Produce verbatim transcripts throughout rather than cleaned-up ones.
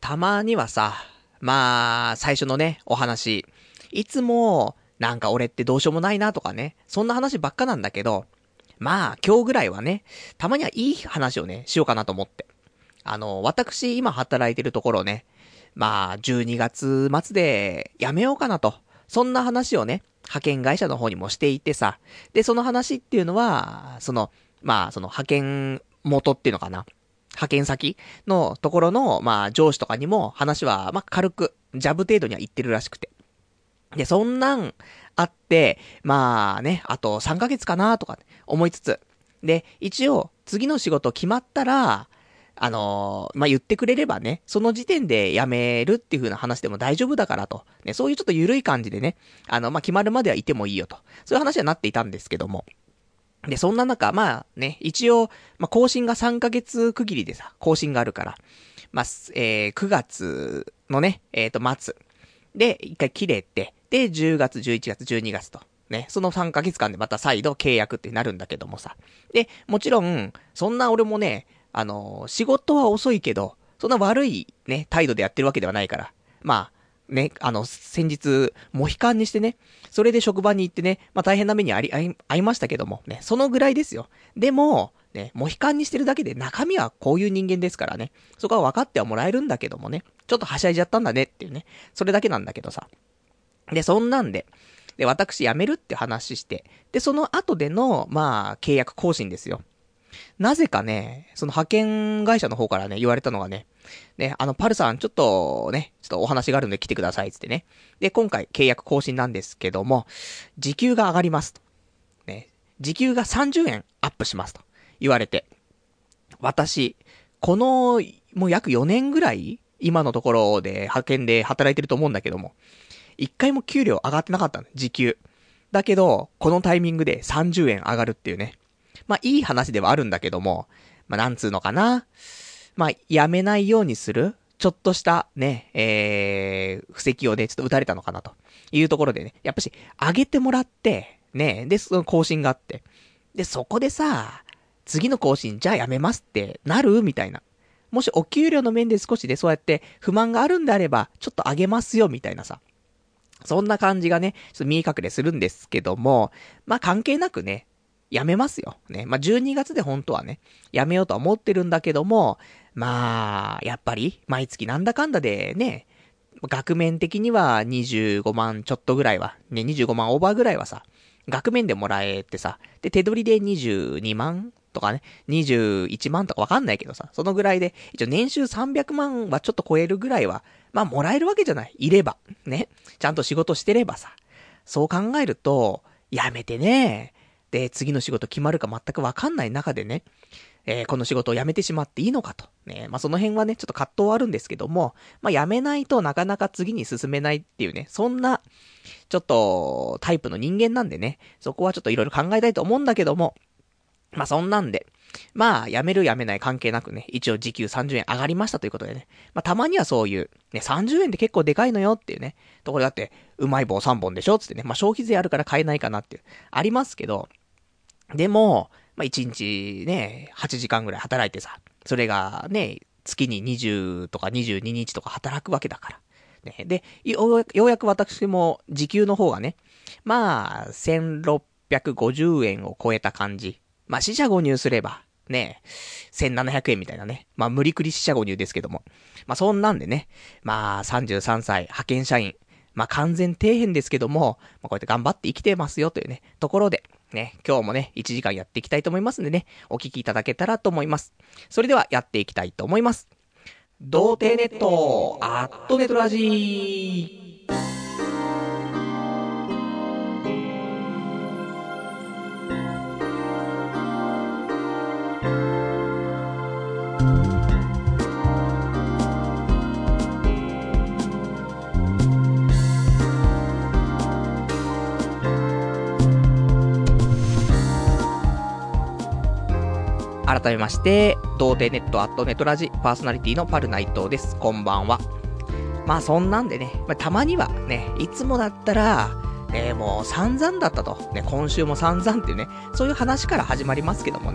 たまにはさ、まあ、最初のね、お話、いつも、なんか俺ってどうしようもないなとかね、そんな話ばっかなんだけど、まあ、今日ぐらいはね、たまにはいい話をね、しようかなと思って。あの、私、今働いてるところをね、まあ、じゅうにがつ末で辞めようかなと。そんな話をね、派遣会社の方にもしていてさ。で、その話っていうのは、その、まあ、その派遣元っていうのかな。派遣先のところの、まあ、上司とかにも話は、まあ、軽く、ジャブ程度には言ってるらしくて。で、そんなんあって、まあね、あとさんかげつかなとか思いつつ。で、一応、次の仕事決まったら、あのー、まあ、言ってくれればね、その時点で辞めるっていう風な話でも大丈夫だからと。ね、そういうちょっと緩い感じでね、あの、まあ、決まるまではいてもいいよと。そういう話はなっていたんですけども。で、そんな中、まあね、一応、まあ、更新がさんかげつ区切りでさ、更新があるから、まあ、えー、くがつのね、えっと、末。で、一回切れて、で、じゅうがつ、じゅういちがつ、じゅうにがつと。ね、そのさんかげつかんでまた再度契約ってなるんだけどもさ。で、もちろん、そんな俺もね、あのー、仕事は遅いけど、そんな悪いね、態度でやってるわけではないから。まあ、ね、あの、先日、モヒカンにしてね、それで職場に行ってね、まあ大変な目にあり、あい、あいましたけども、ね、そのぐらいですよ。でも、ね、モヒカンにしてるだけで中身はこういう人間ですからね、そこは分かってはもらえるんだけどもね、ちょっとはしゃいじゃったんだねっていうね、それだけなんだけどさ。で、そんなんで、で、私辞めるって話して、で、その後での、まあ、契約更新ですよ。なぜかね、その派遣会社の方からね、言われたのがね、ね、あの、パルさん、ちょっとね、ちょっとお話があるんで来てください、つってね。で、今回契約更新なんですけども、時給が上がりますと。ね、時給がさんじゅうえんアップしますと言われて。私、この、もう約よねんぐらい、今のところで派遣で働いてると思うんだけども、一回も給料上がってなかったの、時給。だけど、このタイミングでさんじゅうえん上がるっていうね。まあ、いい話ではあるんだけども、まあ、なんつうのかな。まあ、やめないようにする、ちょっとしたね、えー、布石をね、ちょっと打たれたのかなというところでね、やっぱし、上げてもらって、ね、で、その更新があって、で、そこでさ、次の更新、じゃあやめますってなるみたいな。もしお給料の面で少しでそうやって不満があるんであれば、ちょっと上げますよ、みたいなさ。そんな感じがね、ちょっと見え隠れするんですけども、まあ関係なくね、やめますよ。ね。まあじゅうにがつで本当はね、やめようとは思ってるんだけども、まあ、やっぱり、毎月なんだかんだでね、額面的にはにじゅうごまんちょっとぐらいは、ね、にじゅうごまんオーバーぐらいはさ、額面でもらえてさ、で、手取りでにじゅうにまんとかね、にじゅういちまんとかわかんないけどさ、そのぐらいで、一応年収さんびゃくまんはちょっと超えるぐらいは、まあもらえるわけじゃない。いれば。ね。ちゃんと仕事してればさ。そう考えると、やめてね。で、次の仕事決まるか全くわかんない中でね、えー、この仕事を辞めてしまっていいのかと。ね。まあその辺はね、ちょっと葛藤はあるんですけども、まあ辞めないとなかなか次に進めないっていうね、そんな、ちょっと、タイプの人間なんでね、そこはちょっといろいろ考えたいと思うんだけども、まあそんなんで、まあ辞める辞めない関係なくね、一応時給さんじゅうえん上がりましたということでね、まあたまにはそういう、ね、さんじゅうえんって結構でかいのよっていうね、ところだって、うまい棒さんぼんでしょつってね、まあ消費税あるから買えないかなっていう、ありますけど、でも、まあいちにちね、はちじかんぐらい働いてさ、それがね、月ににじゅうとかにじゅうににちとか働くわけだから。ね、で、よう、ようやく私も時給の方がね、まあ、せんろっぴゃくごじゅうえんを超えた感じ。まあ、四捨五入すれば、ね、せんななひゃくえんみたいなね。まあ、無理くり四捨五入ですけども。まあ、そんなんでね、まあ、さんじゅうさんさい、派遣社員。まあ、完全底辺ですけども、まあ、こうやって頑張って生きてますよというね、ところで、ね、今日もね、いちじかんやっていきたいと思いますんでね、お聞きいただけたらと思います。それでは、やっていきたいと思います。童貞ネット、アットネトラジー。改めまして、童貞ネットアットネトラジパーソナリティのパルナイトです。こんばんは。まあそんなんでね、まあ、たまにはね、いつもだったら、ね、もう散々だったと。ね、今週も散々っていうね、そういう話から始まりますけどもね。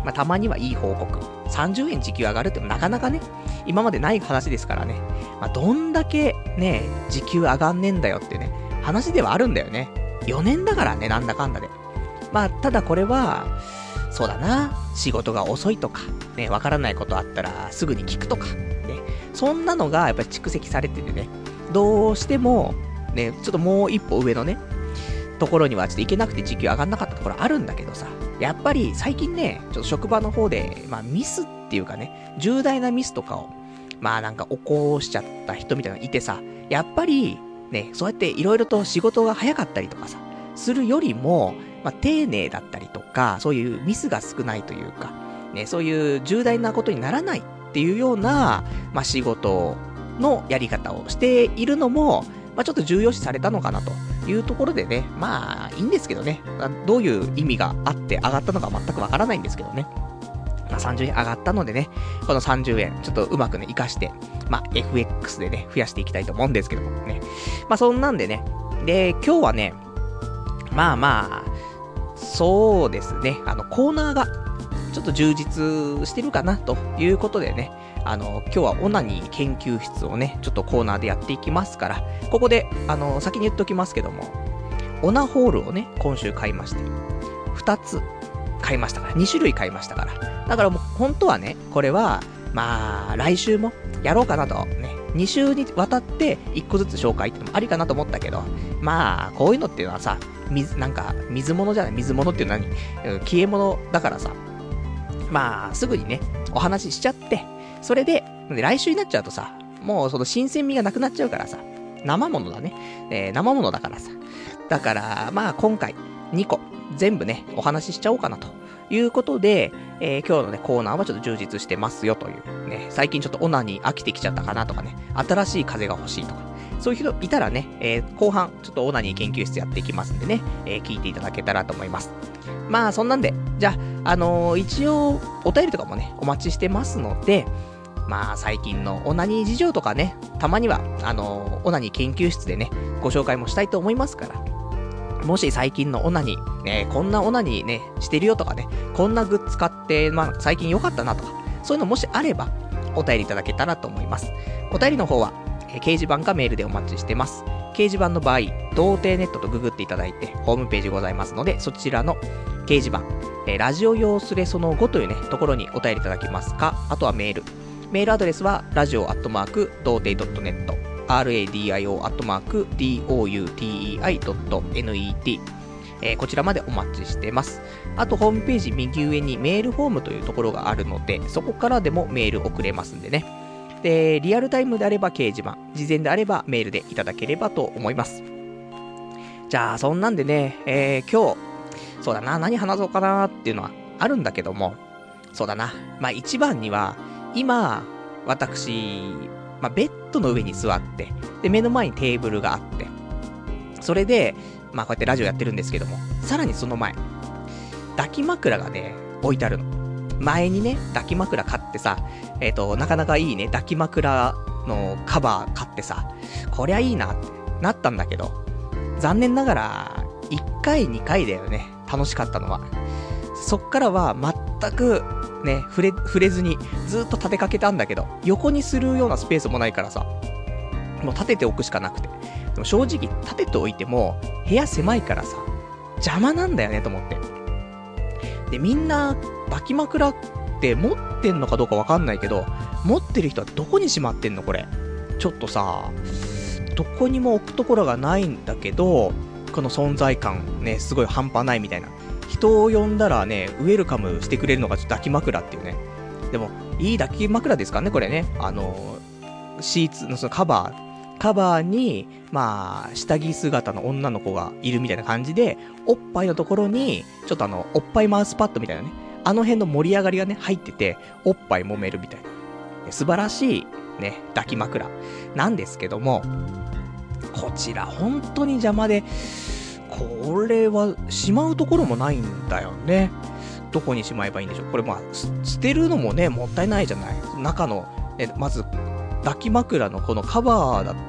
まあ、たまにはいい報告。さんじゅうえん時給上がるってもなかなかね、今までない話ですからね。まあ、どんだけね、時給上がんねえんだよってね、話ではあるんだよね。よねんだからね、なんだかんだで。まあ、ただこれは、そうだな、仕事が遅いとか、ね、わからないことあったらすぐに聞くとか、ね、そんなのがやっぱり蓄積されててね、どうしても、ね、ちょっともう一歩上のね、ところにはちょっと行けなくて時給上がんなかったところあるんだけどさ、やっぱり最近ね、ちょっと職場の方で、まあミスっていうかね、重大なミスとかを、まあなんか起こしちゃった人みたいなのがいてさ、やっぱり、ね、そうやっていろいろと仕事が早かったりとかさ、するよりも、まあ丁寧だったりとか、そういうミスが少ないというか、ね、そういう重大なことにならないっていうような、まあ仕事のやり方をしているのも、まあちょっと重要視されたのかなというところでね、まあいいんですけどね、どういう意味があって上がったのか全くわからないんですけどね。まあ、さんじゅうえん上がったのでね、このさんじゅうえん、ちょっとうまくね、活かして、まあ、エフエックス でね、増やしていきたいと思うんですけどもね。まあ、そんなんでね、で、今日はね、まあまあ、そうですね、あの、コーナーが、ちょっと充実してるかな、ということでね、あの、今日はオナニー研究室をね、ちょっとコーナーでやっていきますから、ここで、あの、先に言っときますけども、オナホールをね、今週買いまして、ふたつ買いましたから、に種類買いましたから、だからもう本当はね、これは、まあ、来週もやろうかなと、ね、に週にわたっていっこずつ紹介ってのもありかなと思ったけど、まあ、こういうのっていうのはさ、水、なんか、水物じゃない、水物っていうのは何？消え物だからさ、まあ、すぐにね、お話ししちゃって、それで、来週になっちゃうとさ、もうその新鮮味がなくなっちゃうからさ、生物だね、えー、生物だからさ、だから、まあ今回、にこ、全部ね、お話ししちゃおうかなということで、えー、今日のね、コーナーはちょっと充実してますよという、ね、最近ちょっとオナに飽きてきちゃったかなとかね、新しい風が欲しいとか、そういう人いたらね、えー、後半、ちょっとオナニー研究室やっていきますんでね、えー、聞いていただけたらと思います。まあ、そんなんで、じゃあ、あのー、一応、お便りとかもね、お待ちしてますので、まあ、最近のオナニー事情とかね、たまには、あのー、オナニー研究室でね、ご紹介もしたいと思いますから、もし最近のオナニー、ね、こんなオナニーね、してるよとかね、こんなグッズ買って、まあ、最近良かったなとか、そういうのもしあれば、お便りいただけたらと思います。お便りの方は、えー、掲示板かメールでお待ちしてます。掲示板の場合、童貞ネットとググっていただいて、ホームページございますので、そちらの掲示板、えー、ラジオ用スレそのごというね、ところにお便りいただけますか、あとはメール。メールアドレスは、ラジオアットマーク、童貞 .net、ラディオ アットマーク、ドゥテイ ドット ネット、えー、こちらまでお待ちしてます。あと、ホームページ右上にメールフォームというところがあるので、そこからでもメール送れますんでね。で、リアルタイムであれば掲示板、事前であればメールでいただければと思います。じゃあ、そんなんでね、えー、今日、そうだな、何話そうかなっていうのはあるんだけども、そうだな、まあ一番には、今、私、まあ、ベッドの上に座って、で、目の前にテーブルがあって、それで、まあ、こうやってラジオやってるんですけども、さらにその前、抱き枕がね、置いてあるの。前にね、抱き枕買ってさ、えっと、なかなかいいね、抱き枕のカバー買ってさ、こりゃいいなってなったんだけど、残念ながら、いっかい、にかいだよね、楽しかったのは。そっからは全く、ね、触れ、触れずにずっと立てかけたんだけど、横にするようなスペースもないからさ、もう立てておくしかなくて。でも正直立てておいても部屋狭いからさ、邪魔なんだよねと思って。で、みんな抱き枕って持ってんのかどうかわかんないけど、持ってる人はどこにしまってんのこれ。ちょっとさ、どこにも置くところがないんだけど、この存在感ね、すごい半端ないみたいな。人を呼んだらね、ウェルカムしてくれるのが抱き枕っていうね。でも、いい抱き枕ですかね、これね。あの、シーツのそのカバー、カバーに、まあ、下着姿の女の子がいるみたいな感じで、おっぱいのところに、ちょっとあの、おっぱいマウスパッドみたいなね、あの辺の盛り上がりがね、入ってて、おっぱい揉めるみたいな。素晴らしい、ね、抱き枕なんですけども、こちら本当に邪魔で、これはしまうところもないんだよね。どこにしまえばいいんでしょう。これまあ捨てるのもね、もったいないじゃない。中の、ね、まず抱き枕のこのカバーだって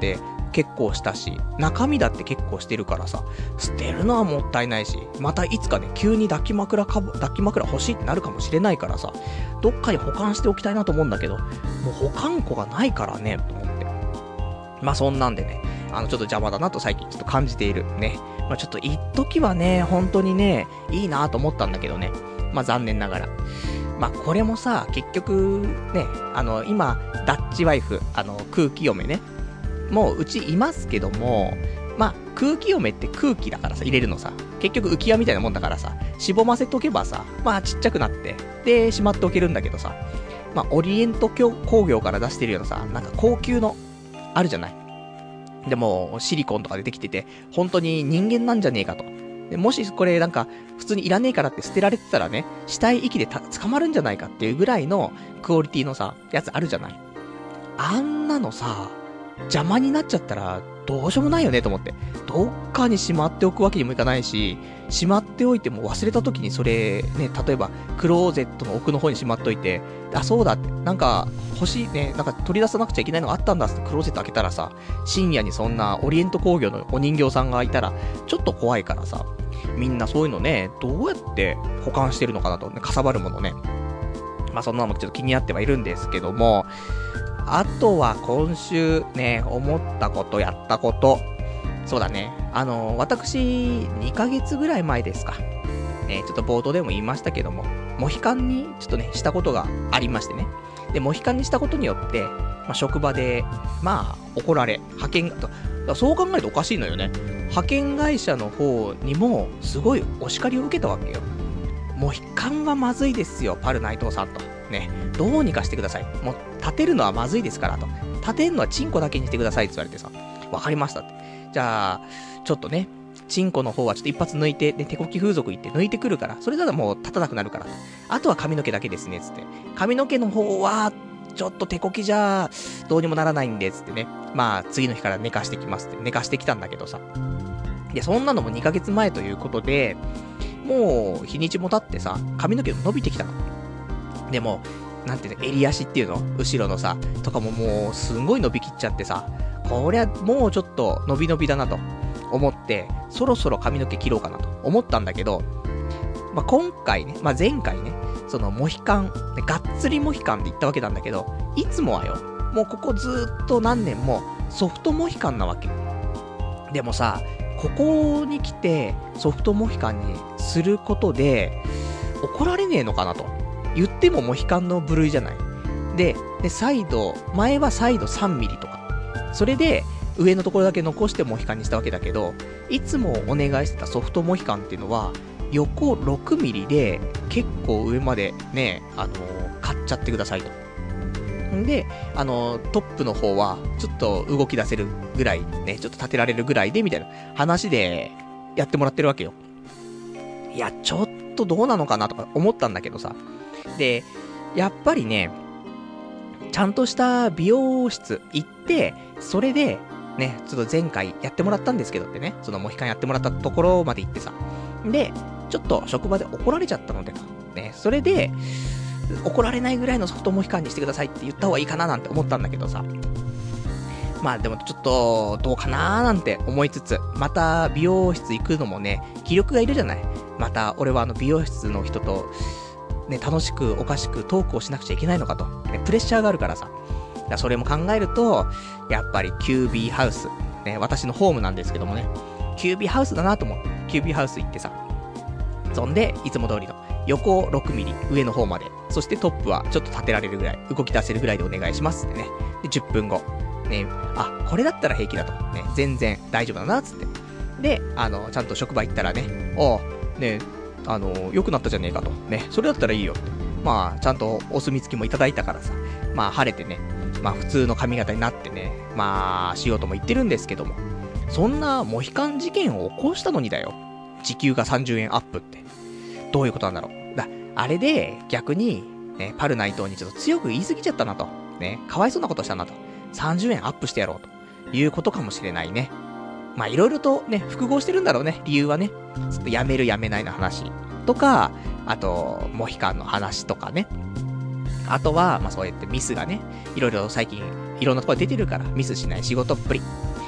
結構したし、中身だって結構してるからさ、捨てるのはもったいないし、またいつかね、急に抱き枕かぶ、抱き枕欲しいってなるかもしれないからさ、どっかに保管しておきたいなと思うんだけど、もう保管庫がないからね、と思って。まあそんなんでね、あのちょっと邪魔だなと最近ちょっと感じているね。まあちょっと一時はね、本当にね、いいなと思ったんだけどね。まあ残念ながら。まあこれもさ、結局ね、あの今、ダッチワイフ、あの空気嫁ね、もううちいますけども、まあ空気嫁って空気だからさ、入れるのさ、結局浮き輪みたいなもんだからさ、しぼませとけばさ、まあちっちゃくなって、で、しまっておけるんだけどさ、まあオリエント工業から出してるようなさ、なんか高級の、あるじゃない。でも、シリコンとかでできてて、本当に人間なんじゃねえかと。でもしこれなんか、普通にいらねえからって捨てられてたらね、死体遺棄でた捕まるんじゃないかっていうぐらいのクオリティのさ、やつあるじゃない。あんなのさ、邪魔になっちゃったら、どうしようもないよねと思って。どっかにしまっておくわけにもいかないし、しまっておいても忘れた時にそれ、ね、例えば、クローゼットの奥の方にしまっといて、あ、そうだって、なんか、欲しいね、なんか取り出さなくちゃいけないのがあったんだってクローゼット開けたらさ、深夜にそんなオリエント工業のお人形さんがいたら、ちょっと怖いからさ、みんなそういうのね、どうやって保管してるのかなと、ね、かさばるものね。まあそんなのもちょっと気になってはいるんですけども、あとは今週ね、思ったこと、やったこと。そうだね。あの、私、にかげつぐらい前ですか。えー、ちょっと冒頭でも言いましたけども、モヒカンにちょっとね、したことがありましてね。で、モヒカンにしたことによって、まあ、職場で、まあ、怒られ、派遣、とそう考えるとおかしいのよね。派遣会社の方にも、すごいお叱りを受けたわけよ。モヒカンはまずいですよ、パル内藤さんと。ね、どうにかしてください。もう、立てるのはまずいですからと。立てるのはチンコだけにしてくださいって言われてさ、わかりましたって。じゃあ、ちょっとね、チンコの方はちょっと一発抜いて、で、手こき風俗行って抜いてくるから、それならもう立たなくなるから。あとは髪の毛だけですね、つって。髪の毛の方は、ちょっと手こきじゃ、どうにもならないんで、つってね。まあ、次の日から寝かしてきますって、寝かしてきたんだけどさ。で、そんなのもにかげつまえということで、もう、日にちも経ってさ、髪の毛伸びてきたの。でも、なんていうの、襟足っていうの後ろのさ、とかももう、すんごい伸びきっちゃってさ、こりゃ、もうちょっと伸び伸びだなと思って、そろそろ髪の毛切ろうかなと思ったんだけど、まあ、今回ね、まあ、前回ね、そのモヒカン、がっつりモヒカンで言ったわけなんだけど、いつもはよ、もうここずーっと何年もソフトモヒカンなわけ。でもさ、ここに来てソフトモヒカンにすることで、怒られねえのかなと。言ってもモヒカンの部類じゃない。で、で、サイド、前はサイドさんミリとか。それで、上のところだけ残してモヒカンにしたわけだけど、いつもお願いしてたソフトモヒカンっていうのは、横ろくミリで、結構上までね、あのー、買っちゃってくださいと。んで、あのー、トップの方は、ちょっと動き出せるぐらい、ね、ちょっと立てられるぐらいで、みたいな話で、やってもらってるわけよ。いや、ちょっとどうなのかなとか思ったんだけどさ。で、やっぱりね、ちゃんとした美容室行って、それで、ね、ちょっと前回やってもらったんですけどってね、そのモヒカンやってもらったところまで行ってさ。で、ちょっと職場で怒られちゃったのでと。ね、それで、怒られないぐらいのソフトモヒカンにしてくださいって言った方がいいかななんて思ったんだけどさ。まあでもちょっと、どうかなーなんて思いつつ、また美容室行くのもね、気力がいるじゃない。また俺はあの美容室の人と、ね、楽しくおかしくトークをしなくちゃいけないのかと。ね、プレッシャーがあるからさ。だそれも考えると、やっぱりキュービーハウス。ね、私のホームなんですけどもね。キュービーハウスだなと思って。キュービーハウス行ってさ。そんで、いつも通りの横ろくミリ、上の方まで。そしてトップはちょっと立てられるぐらい、動き出せるぐらいでお願いしますってね。で、じゅっぷんご。ね、あ、これだったら平気だと。ね、全然大丈夫だな、つって。で、あの、ちゃんと職場行ったらね、ああ、ね、あの、良くなったじゃねえかと。ね、それだったらいいよって。まあ、ちゃんとお墨付きもいただいたからさ。まあ、晴れてね、まあ、普通の髪型になってね、まあ、しようとも言ってるんですけども。そんな、モヒカン事件を起こしたのにだよ。時給がさんじゅうえんアップって。どういうことなんだろう。だ、あれで、逆に、ね、パル内藤にちょっと強く言い過ぎちゃったなと。ね、かわいそうなことしたなと。さんじゅうえんアップしてやろうと。いうことかもしれないね。まあ、いろいろとね、複合してるんだろうね、理由はね。ちょっとやめるやめないの話とか、あと、モヒカンの話とかね。あとは、まあそうやってミスがね、いろいろ最近、いろんなところで出てるから、ミスしない仕事っぷり。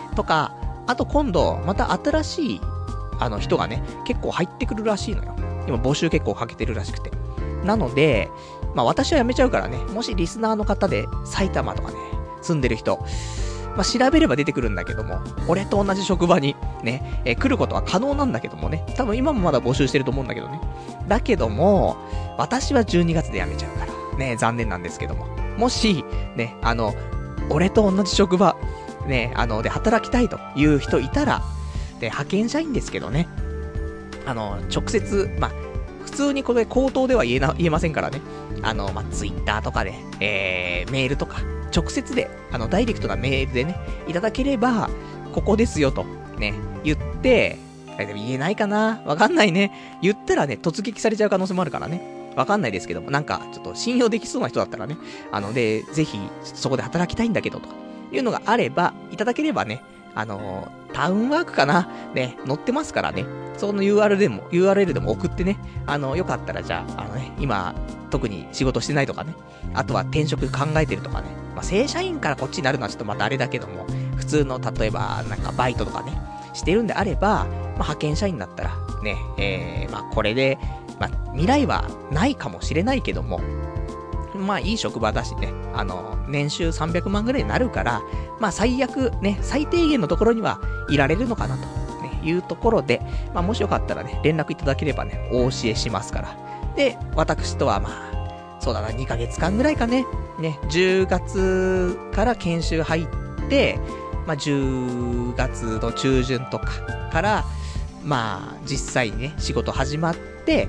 とか、あと今度、また新しい、あの人がね、結構入ってくるらしいのよ。今募集結構かけてるらしくて。なので、まあ私は辞めちゃうからね、もしリスナーの方で埼玉とかね、住んでる人、まあ調べれば出てくるんだけども、俺と同じ職場にね、えー、来ることは可能なんだけどもね、多分今もまだ募集してると思うんだけどね。だけども、私はじゅうにがつで辞めちゃうから、ね、残念なんですけども。もし、ね、あの、俺と同じ職場、ね、あの、で働きたいという人いたら、で、派遣社員ですけどね、あの、直接、まあ、普通にこれ口頭では言えな、言えませんからね。あの、まあ、ツイッターとかで、えー、メールとか、直接で、あの、ダイレクトなメールでね、いただければ、ここですよと、ね、言って、でも言えないかなわかんないね。言ったらね、突撃されちゃう可能性もあるからね。わかんないですけども、なんか、ちょっと信用できそうな人だったらね、あの、で、ぜひ、そこで働きたいんだけど、というのがあれば、いただければね、あのー、タウンワークかなね、載ってますからね。その ユーアールエル でも、ユーアールエル でも送ってね、あの、よかったらじゃあ、あのね、今、特に仕事してないとかね、あとは転職考えてるとかね、まあ、正社員からこっちになるのはちょっとまたあれだけども、普通の、例えば、なんかバイトとかね、してるんであれば、まあ、派遣社員だったら、ね、えー、まあ、これで、まあ、未来はないかもしれないけども、まあいい職場だしね、あの、年収さんびゃくまんぐらいになるから、まあ最悪ね、最低限のところにはいられるのかなと、ね、いうところで、まあもしよかったらね、連絡いただければね、お教えしますから。で、私とはまあ、そうだな、にかげつかんぐらいかね、ね、じゅうがつから研修入って、まあじゅうがつの中旬とかから、まあ実際にね、仕事始まって、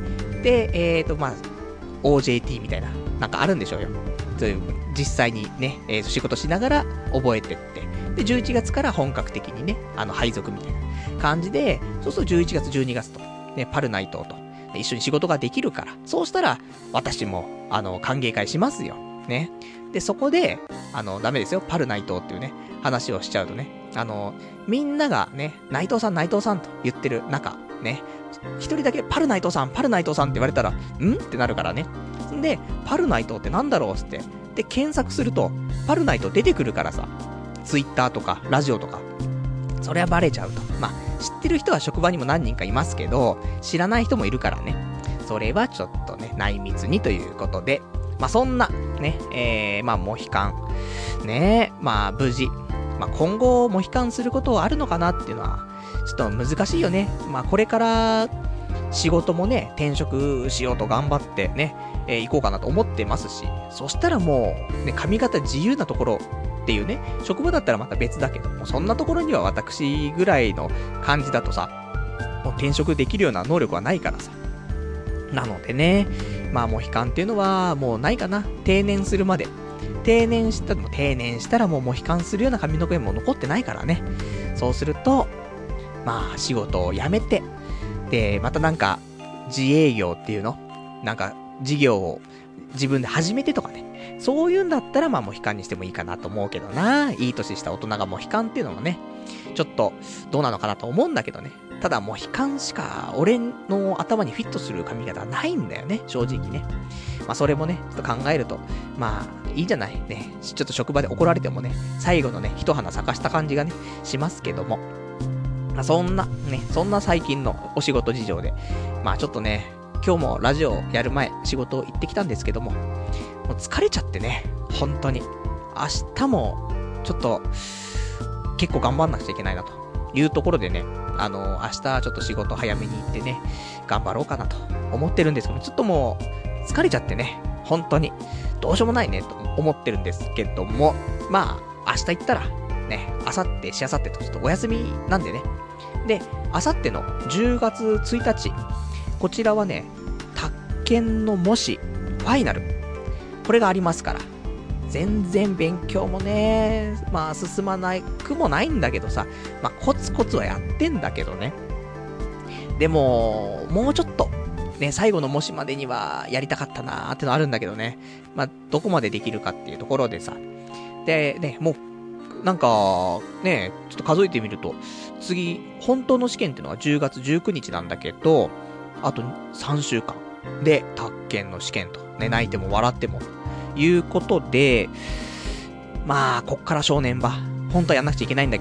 で、えーと、まあ、オージェーティー みたいな、なんかあるんでしょうよ。という、実際にね、えー、仕事しながら覚えてって、で、じゅういちがつから本格的にね、あの、配属みたいな感じで、そうするとじゅういちがつ、じゅうにがつと、ね、パルナイトと、一緒に仕事ができるから、そうしたら、私も、あの、歓迎会しますよ。ね。で、そこで、あの、ダメですよ、パルナイトっていうね、話をしちゃうとね、あの、みんながね、内藤さん、内藤さんと言ってる中、ね、一人だけパルナイトさん、パルナイトさんって言われたら、んってなるからね。で、パルナイトってなんだろうって。で、検索すると、パルナイト出てくるからさ、ツイッターとか、ラジオとか。それはバレちゃうと。まあ、知ってる人は職場にも何人かいますけど、知らない人もいるからね。それはちょっとね、内密にということで、まあそんな、ね、えー、まあモヒカン、ね、まあ無事、まあ今後モヒカンすることはあるのかなっていうのは、ちょっと難しいよね。まあこれから仕事もね、転職しようと頑張ってね、えー、行こうかなと思ってますし、そしたらもう、ね、髪型自由なところっていうね、職場だったらまた別だけど、もうそんなところには私ぐらいの感じだとさ、もう転職できるような能力はないからさ。なのでね、まあモヒカンっていうのはもうないかな。定年するまで。定年したらも定年したらもうモヒカンするような髪の毛も残ってないからね。そうすると、まあ仕事を辞めて、で、またなんか自営業っていうのなんか事業を自分で始めてとかね。そういうんだったらまあモヒカンにしてもいいかなと思うけどな。いい年した大人がモヒカンっていうのもね、ちょっとどうなのかなと思うんだけどね。ただモヒカンしか俺の頭にフィットする髪型はないんだよね、正直ね。まあそれもね、ちょっと考えると、まあいいじゃないね。ちょっと職場で怒られてもね、最後のね、一花咲かした感じがね、しますけども。まあそんな、ね、そんな最近のお仕事事情で、まあちょっとね、今日もラジオやる前、仕事行ってきたんですけども、もう疲れちゃってね、本当に。明日も、ちょっと、結構頑張んなくちゃいけないなというところでね、あの、明日ちょっと仕事早めに行ってね、頑張ろうかなと思ってるんですけど、ちょっともう、疲れちゃってね、本当に、どうしようもないね、と思ってるんですけども、まあ、明日行ったら、ね、明後日、しあさってとちょっとお休みなんでね。で、明後日のじゅうがつついたち、こちらはね、宅建の模試、ファイナル。これがありますから。全然勉強もね、まあ進まないくもないんだけどさ、まあコツコツはやってんだけどね。でも、もうちょっと、ね、最後の模試までにはやりたかったなーってのあるんだけどね。まあ、どこまでできるかっていうところでさ。で、ね、もう、なんか、ね、ちょっと数えてみると、次、本当の試験っていうのはじゅうがつじゅうくにちなんだけど、あとさんしゅうかんで、宅建の試験と。ね、泣いても笑っても。ということで、まあ、こっから正念場。本当はやんなくちゃいけないんだけどね。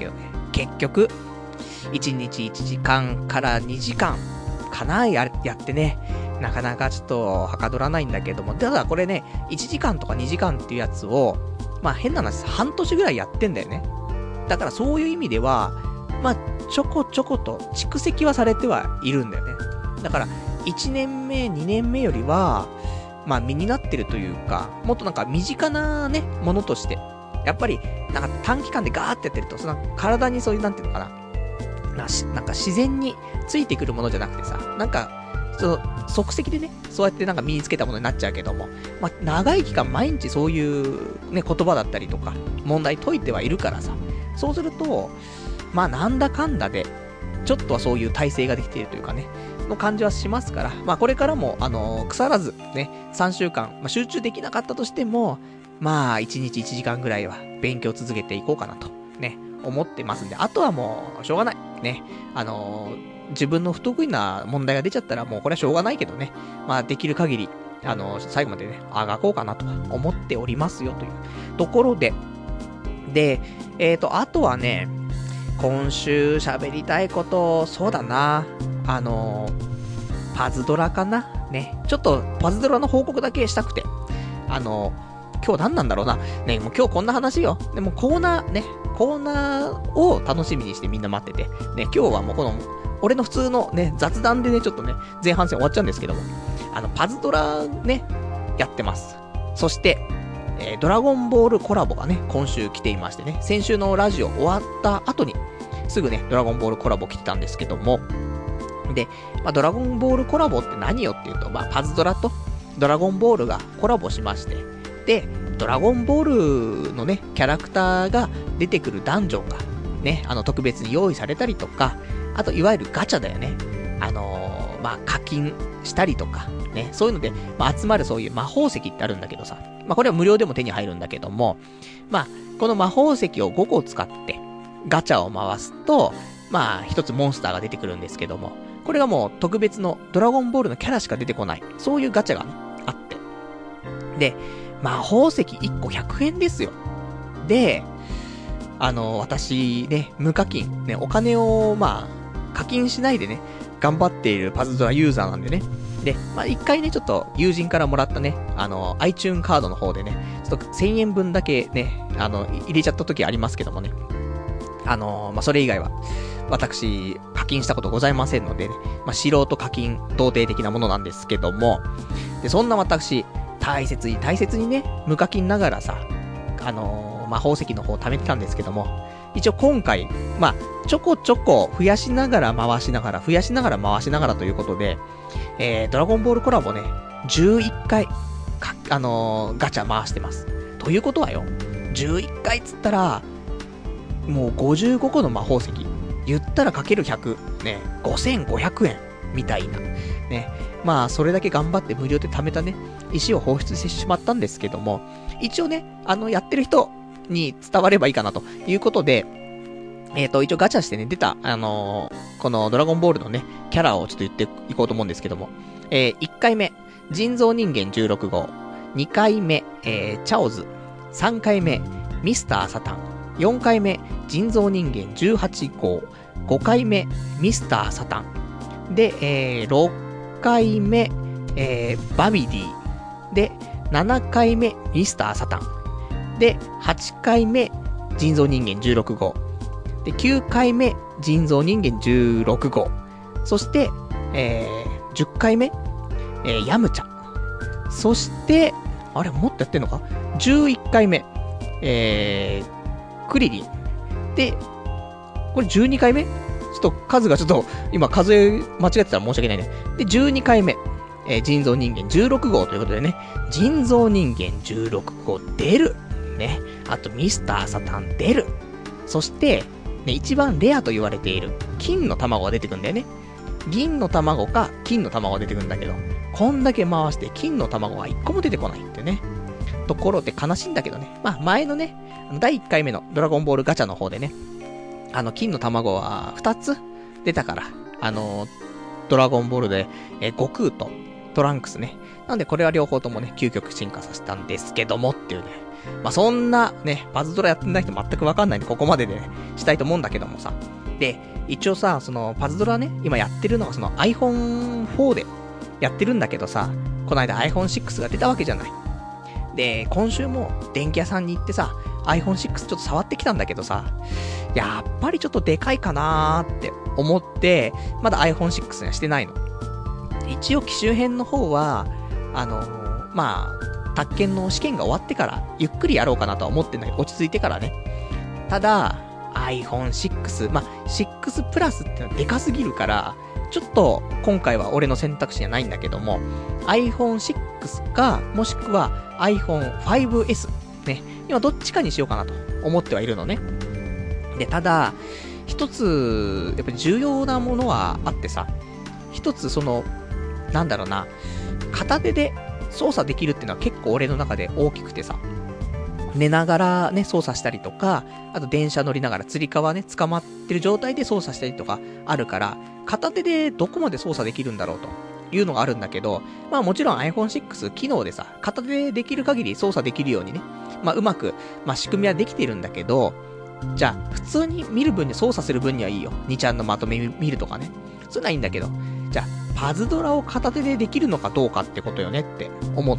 結局、いちにちいちじかんからにじかんかな、や、やってね、なかなかちょっとはかどらないんだけども、ただこれね、いちじかんとかにじかんっていうやつを、まあ変な話、半年ぐらいやってんだよね。だからそういう意味では、まあちょこちょこと蓄積はされてはいるんだよね。だから、いちねんめ、にねんめよりは、まあ身になってるというか、もっとなんか身近なね、ものとして、やっぱり、なんか短期間でガーってやってると、その体にそういう、なんていうのかな、なしなんか自然についてくるものじゃなくてさ、なんか、その即席でね、そうやってなんか身につけたものになっちゃうけども、まあ、長い期間毎日そういうね、言葉だったりとか、問題解いてはいるからさ、そうすると、まあなんだかんだで、ちょっとはそういう体制ができているというかね、の感じはしますから、まあこれからも、あのー、腐らず、ね、さんしゅうかん、まあ、集中できなかったとしても、まあいちにちいちじかんぐらいは勉強続けていこうかなと、ね、思ってますんで、あとはもう、しょうがない。ね、あのー、自分の不得意な問題が出ちゃったらもうこれはしょうがないけどね、まあできる限り、あのー、最後までね、あがこうかなと思っておりますよというところで、で、えーと、あとはね、今週喋りたいこと、そうだな、あのー、パズドラかなね、ちょっとパズドラの報告だけしたくて、あのー、今日何なんだろうな、ね、もう今日こんな話よ。でもコーナーね、コーナーを楽しみにしてみんな待ってて、ね、今日はもうこの、俺の普通のね、雑談でね、ちょっとね、前半戦終わっちゃうんですけども、あの、パズドラね、やってます。そして、えー、ドラゴンボールコラボがね、今週来ていましてね、先週のラジオ終わった後に、すぐね、ドラゴンボールコラボ来てたんですけども、で、まあ、ドラゴンボールコラボって何よっていうと、まあ、パズドラとドラゴンボールがコラボしまして、で、ドラゴンボールのね、キャラクターが出てくるダンジョンが、ね、あの、特別に用意されたりとか、あと、いわゆるガチャだよね。あのー、まあ、課金したりとか、ね、そういうので、まあ、集まるそういう魔法石ってあるんだけどさ、まあ、これは無料でも手に入るんだけども、まあ、この魔法石をごこ使って、ガチャを回すと、まあ、一つモンスターが出てくるんですけども、これがもう特別のドラゴンボールのキャラしか出てこない、そういうガチャがね、あって。で、魔法石いっこひゃくえんですよ。で、あの、私ね、無課金、ね、お金を、まあ、課金しないでね、頑張っているパズドラユーザーなんでね。で、まあ、一回ね、ちょっと友人からもらったね、あの、iTunes カードの方でね、ちょっとせんえんぶんだけね、あの、入れちゃった時ありますけどもね。あの、まあ、それ以外は、私、課金したことございませんのでね、まあ、素人課金童貞的なものなんですけども、で、そんな私、大切に大切にね、無課金ながらさ、あのー、魔法石の方を貯めてたんですけども、一応今回、まあ、ちょこちょこ増やしながら回しながら、増やしながら回しながらということで、えー、ドラゴンボールコラボね、じゅういっかい、か、あのー、ガチャ回してます。ということはよ、じゅういっかいっつったら、もうごじゅうごこの魔法石、言ったらかけるひゃく、ね、ごせんごひゃくえん、みたいな。ね。まあ、それだけ頑張って無料で貯めたね、石を放出してしまったんですけども、一応ね、あの、やってる人に伝わればいいかなということで、えっと、一応ガチャしてね、出た、あのー、このドラゴンボールのね、キャラをちょっと言っていこうと思うんですけども、えー、いっかいめ、人造人間じゅうろくごう、にかいめ、えー、チャオズ、さんかいめ、ミスターサタン、よんかいめ、人造人間じゅうはちごう、ごかいめ、ミスターサタン、で、えー、ろっかいめ、えー、バビディ、で、ななかいめ、ミスターサタン、で、はちかいめ、人造人間じゅうろくごう、で、きゅうかいめ、人造人間じゅうろくごう、そして、えー、じゅっかいめ、えー、ヤムチャ、そして、あれ、もっとやってんのか ?じゅういっかいめ、えー、クリリン、で、これじゅうにかいめちょっと数がちょっと、今数え間違ってたら申し訳ないね。で、じゅうにかいめ、えー、人造人間じゅうろくごうということでね、人造人間じゅうろくごう出る。ね。あと、ミスターサタン出る。そして、ね、一番レアと言われている、金の卵が出てくるんだよね。銀の卵か、金の卵が出てくるんだけど、こんだけ回して、金の卵がいっこも出てこないってね。ところで悲しいんだけどね。まあ、前のね、だいいっかいめのドラゴンボールガチャの方でね、あの、金の卵はふたつ出たから、あの、ドラゴンボールで、えー、悟空とトランクスね。なんでこれは両方ともね、究極進化させたんですけどもっていうね。 まあ、そんなね、パズドラやってない人全くわかんないんで、ここまででね、したいと思うんだけどもさ。で、一応さ、その、パズドラね、今やってるのがその アイフォンフォー でやってるんだけどさ、この間 アイフォンシックス が出たわけじゃない。で、今週も電気屋さんに行ってさ、アイフォンシックス ちょっと触ってきたんだけどさ、やっぱりちょっとでかいかなーって思って、まだ アイフォンシックス にはしてないの。一応機種編の方は、あのー、まあ、宅建の試験が終わってから、ゆっくりやろうかなとは思ってんだけど、落ち着いてからね。ただ、アイフォンシックス、まあ、シックスプラスってのはでかすぎるから、ちょっと今回は俺の選択肢にはないんだけども、アイフォンシックス か、もしくは アイフォンファイブエス ね、今どっちかにしようかなと思ってはいるのね。で、ただ、一つ、やっぱり重要なものはあってさ、一つその、なんだろうな、片手で操作できるっていうのは結構俺の中で大きくてさ、寝ながらね、操作したりとか、あと電車乗りながら釣り革ね、捕まってる状態で操作したりとかあるから、片手でどこまで操作できるんだろうというのがあるんだけど、まあもちろん アイフォンシックス 機能でさ、片手でできる限り操作できるようにね、まあうまく、まあ仕組みはできてるんだけど、じゃあ普通に見る分に操作する分にはいいよ。にちゃんのまとめ見るとかね。そういうのはいいんだけど、じゃあパズドラを片手でできるのかどうかってことよねって思って、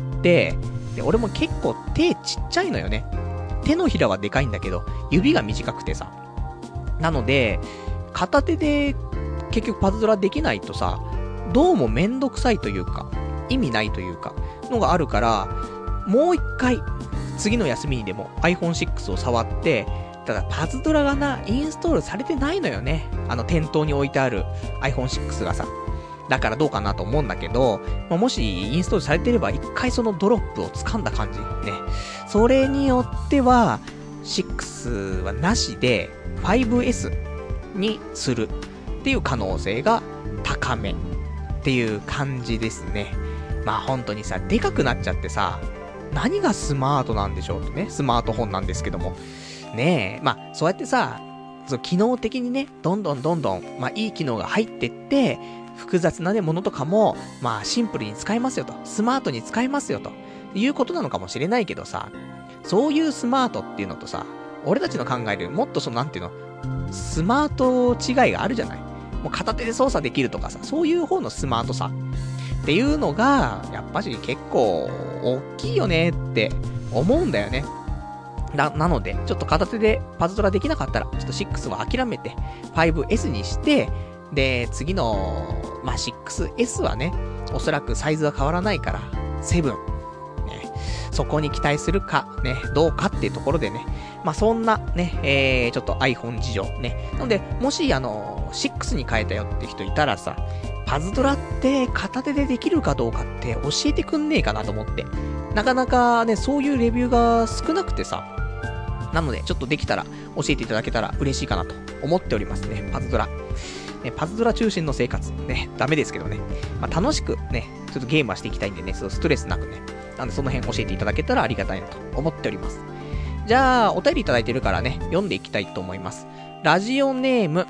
で、俺も結構手ちっちゃいのよね。手のひらはでかいんだけど、指が短くてさ。なので、片手で結局パズドラできないとさ、どうもめんどくさいというか、意味ないというか、のがあるから、もう一回、次の休みにでも アイフォンシックス を触って、ただパズドラがな、インストールされてないのよね。あの店頭に置いてある アイフォンシックス がさ。だからどうかなと思うんだけど、まあ、もしインストールされてれば一回そのドロップを掴んだ感じね。それによっては、ろくはなしで ファイブエス にするっていう可能性が高めっていう感じですね。まあ本当にさ、でかくなっちゃってさ、何がスマートなんでしょうとね、スマートフォンなんですけども。ねえ、まあそうやってさ、そう機能的にね、どんどんどんどん、まあいい機能が入ってって、複雑なね、ものとかも、まあシンプルに使えますよと。スマートに使えますよと。いうことなのかもしれないけどさ、そういうスマートっていうのとさ、俺たちの考えるもっとそのなんていうの、スマート違いがあるじゃない。もう片手で操作できるとかさ、そういう方のスマートさっていうのが、やっぱし結構大きいよねって思うんだよね。な、なので、ちょっと片手でパズドラできなかったら、ちょっとろくは諦めて、ファイブエス にして、で、次の、まあ、シックスエス はね、おそらくサイズは変わらないから、セブン。ね、そこに期待するか、ね、どうかっていうところでね、まあ、そんなね、えー、ちょっと iPhone 事情ね。なので、もし、あの、ろくに変えたよって人いたらさ、パズドラって片手でできるかどうかって教えてくんねえかなと思って。なかなかね、そういうレビューが少なくてさ、なので、ちょっとできたら教えていただけたら嬉しいかなと思っておりますね、パズドラ。ね、パズドラ中心の生活。ね、ダメですけどね。まあ、楽しくね、ちょっとゲームはしていきたいんでね、そのストレスなくね。なんでその辺教えていただけたらありがたいなと思っております。じゃあ、お便りいただいてるからね、読んでいきたいと思います。ラジオネーム、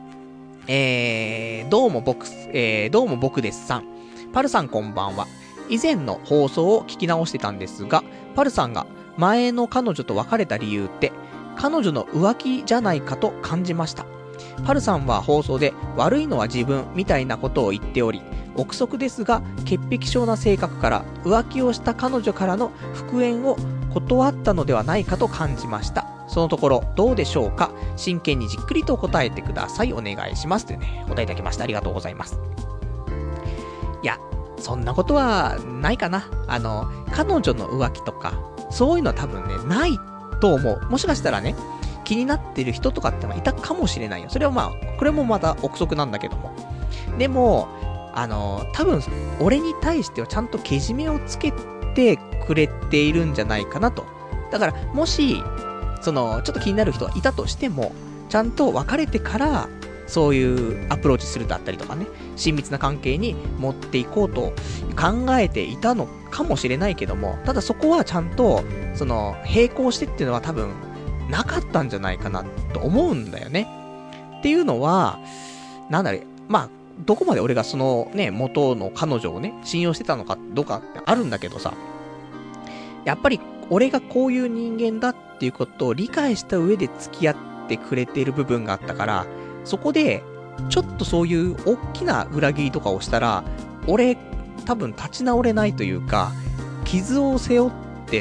えー、どうも僕、えー、どうも僕ですさん。パルさんこんばんは。以前の放送を聞き直してたんですが、パルさんが前の彼女と別れた理由って、彼女の浮気じゃないかと感じました。パルさんは放送で悪いのは自分みたいなことを言っており、憶測ですが潔癖症な性格から浮気をした彼女からの復縁を断ったのではないかと感じました。そのところどうでしょうか。真剣にじっくりと答えてください。お願いします。というね、お答えいただきました。ありがとうございます。いや、そんなことはないかな。あの、彼女の浮気とか、そういうのは多分ね、ないと思う。もしかしたらね、気になってる人とかってのはいたかもしれないよ。それはまあ、これもまた憶測なんだけども。でも、あの、多分、俺に対してはちゃんとけじめをつけてくれているんじゃないかなと。だから、もし、その、ちょっと気になる人がいたとしても、ちゃんと別れてから、そういうアプローチするだったりとかね、親密な関係に持っていこうと考えていたのかもしれないけども、ただそこはちゃんと、その、並行してっていうのは多分、なかったんじゃないかなと思うんだよね。っていうのは、なんだろう、まあ、どこまで俺がそのね、元の彼女をね、信用してたのかどうかってあるんだけどさ、やっぱり俺がこういう人間だっていうことを理解した上で付き合ってくれている部分があったから、そこで、ちょっとそういう大きな裏切りとかをしたら、俺、多分立ち直れないというか、傷を背負って、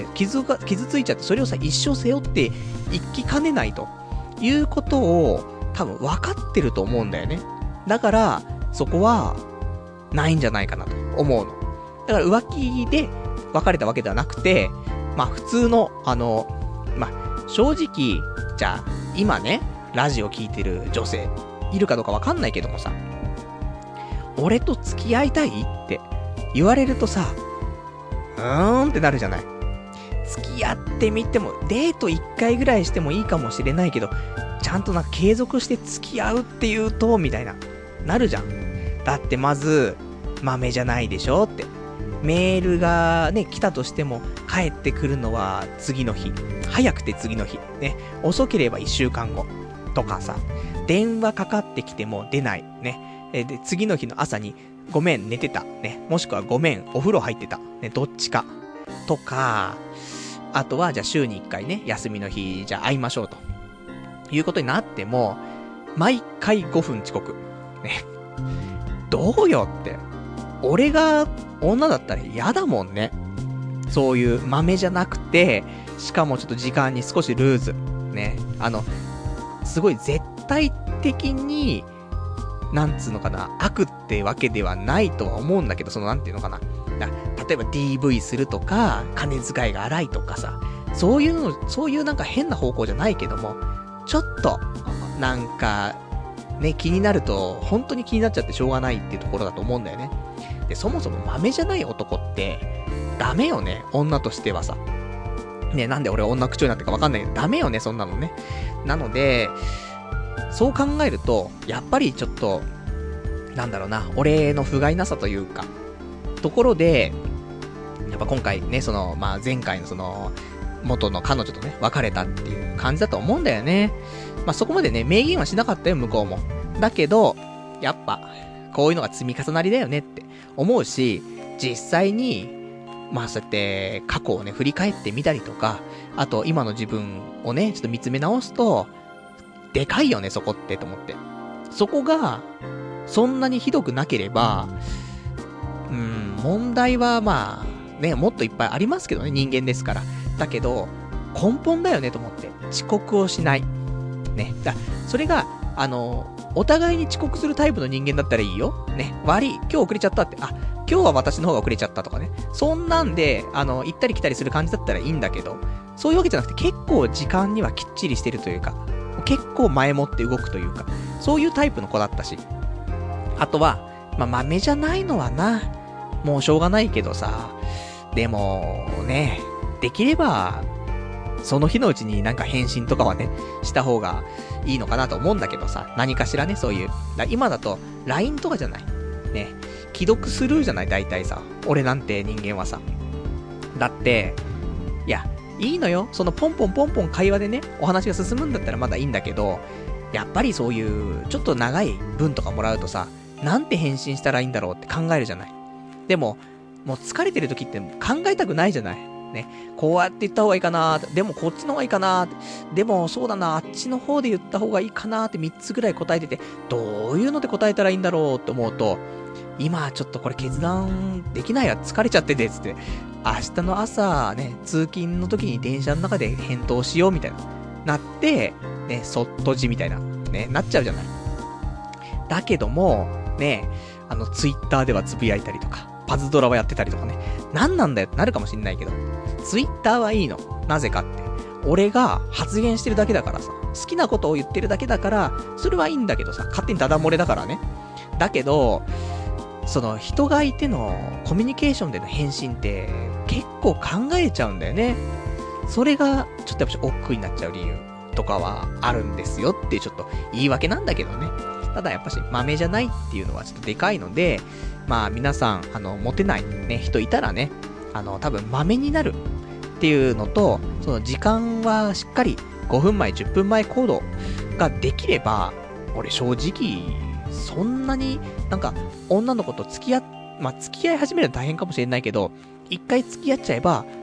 傷が、傷ついちゃって、それをさ、一生背負っていきかねないということを、多分分かってると思うんだよね。だから、そこは、ないんじゃないかなと思うの。だから浮気で別れたわけではなくて、まあ普通の、あの、まあ正直、じゃあ、今ね、ラジオ聞いてる女性、いるかどうかわかんないけどもさ、俺と付き合いたいって言われるとさ、うーんってなるじゃない。付き合ってみても、デートいっかいぐらいしてもいいかもしれないけど、ちゃんとなんか継続して付き合うっていうと、みたいな、なるじゃん。だってまず、豆じゃないでしょって。メールがね、来たとしても、帰ってくるのは次の日。早くて次の日。ね。遅ければいっしゅうかんご。とかさ。電話かかってきても出ない。ね。えで、次の日の朝に、ごめん、寝てた。ね。もしくはごめん、お風呂入ってた。ね。どっちか。とか、あとは、じゃあ週にいっかいね、休みの日、じゃあ会いましょうと。いうことになっても、毎回ごふん遅刻。ね。どうよって。俺が女だったら嫌だもんね。そういう豆じゃなくて、しかもちょっと時間に少しルーズ。ね。あの、すごい絶対的に、なんつうのかな、悪ってわけではないとは思うんだけど、そのなんていうのかな。例えば ディーブイ するとか、金遣いが荒いとかさ、そういうの、そういうなんか変な方向じゃないけども、ちょっと、なんか、ね、気になると、本当に気になっちゃってしょうがないっていうところだと思うんだよね。で、そもそも豆じゃない男って、ダメよね、女としてはさ。ね、なんで俺女口調になってるかわかんないけど、ダメよね、そんなのね。なので、そう考えると、やっぱりちょっと、なんだろうな、俺の不甲斐なさというか、ところで、やっぱ今回ね、その、まあ前回のその、元の彼女とね、別れたっていう感じだと思うんだよね。まあそこまでね、明言はしなかったよ、向こうも。だけど、やっぱ、こういうのが積み重なりだよねって思うし、実際に、まあそうやって過去をね、振り返ってみたりとか、あと今の自分をね、ちょっと見つめ直すと、でかいよね、そこってと思って。そこが、そんなにひどくなければ、うーん、問題はまあ、ね、もっといっぱいありますけどね、人間ですから。だけど、根本だよねと思って。遅刻をしない。ね。だ、それが、あの、お互いに遅刻するタイプの人間だったらいいよ。ね。悪い。今日遅れちゃったって。あ、今日は私の方が遅れちゃったとかね。そんなんで、あの、行ったり来たりする感じだったらいいんだけど、そういうわけじゃなくて結構時間にはきっちりしてるというか、結構前もって動くというか、そういうタイプの子だったし。あとは、まあ、豆じゃないのはな、もうしょうがないけどさ、でも、ね、できれば、その日のうちになんか返信とかはね、した方がいいのかなと思うんだけどさ、何かしらね、そういう。だ今だと、ライン とかじゃない。ね、既読スルーじゃない、大体さ。俺なんて人間はさ。だって、いや、いいのよ。そのポンポンポンポン会話でね、お話が進むんだったらまだいいんだけど、やっぱりそういう、ちょっと長い文とかもらうとさ、なんて返信したらいいんだろうって考えるじゃない。でも、もう疲れてる時って考えたくないじゃない。ね。こうやって言った方がいいかなー。でもこっちの方がいいかなー。でもそうだな、あっちの方で言った方がいいかなーってみっつぐらい答えてて、どういうので答えたらいいんだろうって思うと、今ちょっとこれ決断できないわ、疲れちゃってて、つって。明日の朝ね、通勤の時に電車の中で返答しようみたいな。なって、ね、そっとじみたいな。ね、なっちゃうじゃない。だけども、ね、あの、ツイッターではつぶやいたりとか、パズドラはやってたりとかね。なんなんだよってなるかもしんないけど、ツイッターはいいの。なぜかって。俺が発言してるだけだからさ。好きなことを言ってるだけだから、それはいいんだけどさ。勝手にダダ漏れだからね。だけど、その人がいてのコミュニケーションでの返信って結構考えちゃうんだよね。それがちょっとやっぱ億劫になっちゃう理由とかはあるんですよっていうちょっと言い訳なんだけどね。ただやっぱし豆じゃないっていうのはちょっとでかいので、まあ皆さん、あの、モテないね、人いたらね、あの、多分豆になるっていうのと、その時間はしっかりごふんまえ、じゅっぷんまえ行動ができれば、俺正直、そんなになんか女の子と付き合っ、まあ付き合い始めるの大変かもしれないけど、一回付き合っちゃえば、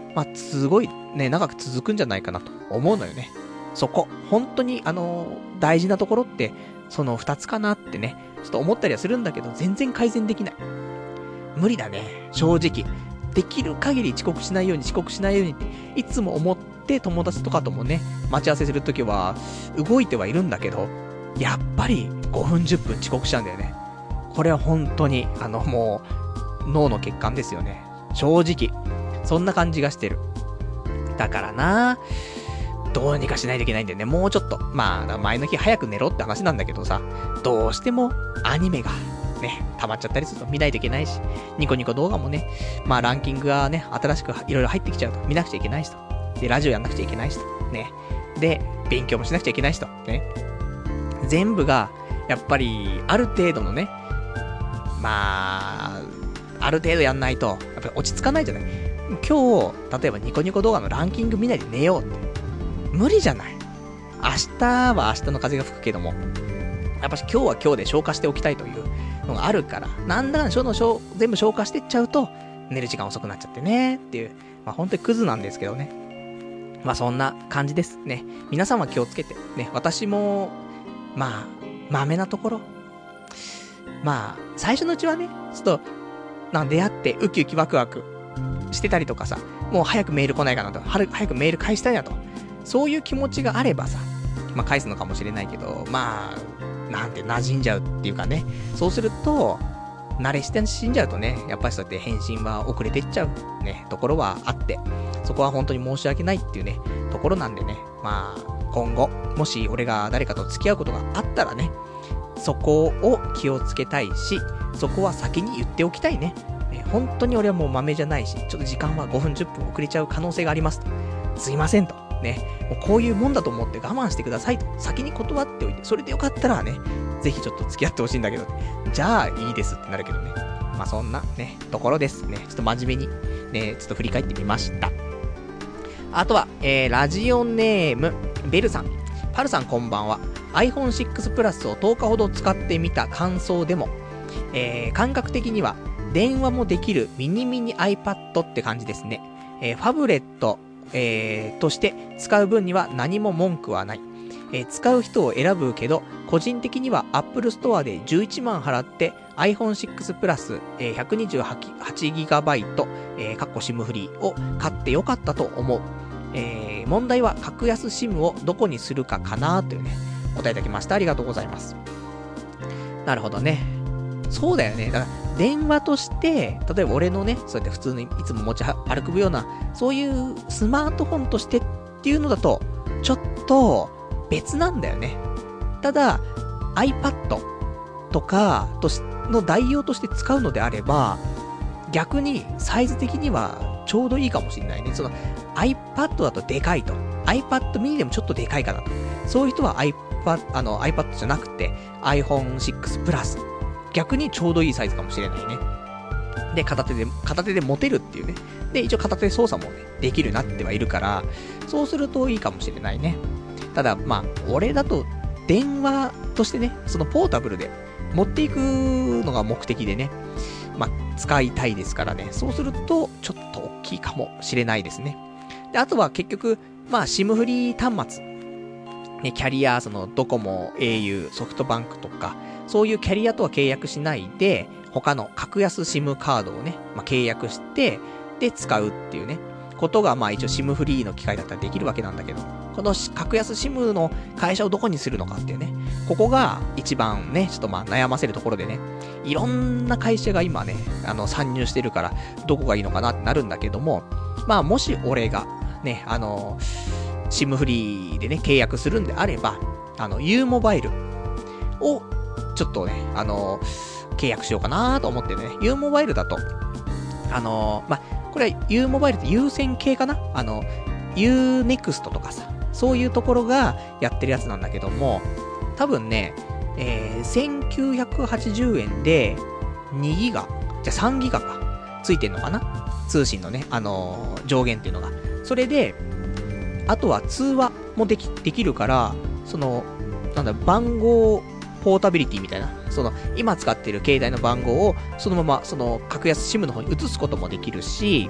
まあ、すごいね、長く続くんじゃないかなと思うのよね。そこ。本当に、あのー、大事なところって、その二つかなってね、ちょっと思ったりはするんだけど、全然改善できない。無理だね、正直。できる限り遅刻しないように、遅刻しないようにって、いつも思って友達とかともね、待ち合わせするときは、動いてはいるんだけど、やっぱりごふんじゅっぷん遅刻しちゃうんだよね。これは本当に、あの、もう、脳の欠陥ですよね。正直。そんな感じがしてる。だからな、どうにかしないといけないんだよね。もうちょっと。まあ、前の日早く寝ろって話なんだけどさ、どうしてもアニメがね、溜まっちゃったりすると見ないといけないし、ニコニコ動画もね、まあランキングがね、新しくいろいろ入ってきちゃうと見なくちゃいけないしと。で、ラジオやんなくちゃいけないしと。ね。で、勉強もしなくちゃいけないしと。ね。全部が、やっぱり、ある程度のね、まあ、ある程度やんないと、やっぱり落ち着かないじゃない。今日、例えばニコニコ動画のランキング見ないで寝ようって。無理じゃない。明日は明日の風が吹くけども、やっぱし今日は今日で消化しておきたいというのがあるから、なんだかんだその全部消化してっちゃうと、寝る時間遅くなっちゃってね、っていう、まあ本当にクズなんですけどね。まあそんな感じですね。皆さんは気をつけて、ね、私も、まあ、豆なところ。まあ、最初のうちはね、ちょっと、なん出会って、ウキウキワクワクしてたりとかさ、もう早くメール来ないかなと、早くメール返したいなと、そういう気持ちがあればさ、まあ返すのかもしれないけど、まあ、なんて馴染んじゃうっていうかね、そうすると、慣れして死んじゃうとね、やっぱりそうやって返信は遅れてっちゃうね、ところはあって、そこは本当に申し訳ないっていうね、ところなんでね、まあ、今後、もし俺が誰かと付き合うことがあったらね、そこを気をつけたいし、そこは先に言っておきたいね。ね、本当に俺はもう豆じゃないし、ちょっと時間はごふんじゅっぷん遅れちゃう可能性がありますと。すいませんと。ね、もうこういうもんだと思って我慢してくださいと。先に断っておいて、それでよかったらね、ぜひちょっと付き合ってほしいんだけど、じゃあいいですってなるけどね。まあそんなね、ところですね。ちょっと真面目にね、ちょっと振り返ってみました。あとは、えー、ラジオネーム、ベルさん。パルさんこんばんは。アイフォンシックス プラスをとおかほど使ってみた感想でも、えー、感覚的には電話もできるミニミニ iPad って感じですね。えー、ファブレット、えー、として使う分には何も文句はない。えー、使う人を選ぶけど、個人的には Apple Store でじゅういちまん払って アイフォンシックス プラス、えー、ひゃくにじゅうはちギガバイト、えー、かっこ SIM フリーを買ってよかったと思う。えー、問題は格安 SIM をどこにするかかなというね、お答えいただきました。ありがとうございます。なるほどね。そうだよね。だから電話として、例えば俺のね、そうやって普通にいつも持ち歩くような、そういうスマートフォンとしてっていうのだと、ちょっと別なんだよね。ただ、iPad とかとしの代用として使うのであれば、逆にサイズ的にはちょうどいいかもしれないね。その iPad だとでかいと。iPad mini でもちょっとでかいかなと。そういう人は iPad、あの iPad じゃなくて アイフォンシックス プラス。逆にちょうどいいサイズかもしれないね。で、片手で、片手で持てるっていうね。で、一応片手操作もね、できるようになってはいるから、そうするといいかもしれないね。ただ、まあ、俺だと電話としてね、そのポータブルで持っていくのが目的でね、まあ、使いたいですからね。そうすると、ちょっと大きいかもしれないですね。で、あとは結局、まあ、SIM フリー端末。ね、キャリア、その、ドコモ、au、ソフトバンクとか、そういうキャリアとは契約しないで、他の格安 SIM カードをね、まあ、契約して、で、使うっていうね、ことが、まあ一応 SIM フリーの機械だったらできるわけなんだけど、この格安 SIM の会社をどこにするのかっていうね、ここが一番ね、ちょっとまあ悩ませるところでね、いろんな会社が今ね、あの、参入してるから、どこがいいのかなってなるんだけども、まあもし俺が、ね、あの、SIM フリーでね、契約するんであれば、あの、U モバイルを、ちょっとね、あのー、契約しようかなと思ってね。U モバイルだと、あのー、ま、これは U モバイルって優先系かなあの、U ネクストとかさ、そういうところがやってるやつなんだけども、多分ね、えー、せんきゅうひゃくはちじゅうえんでにギガ、じゃさんギガか、ついてんのかな通信のね、あのー、上限っていうのが。それで、あとは通話もでき、できるから、その、なんだ、番号、ポータビリティみたいな、その、今使ってる携帯の番号を、そのまま、その、格安 SIM の方に移すこともできるし、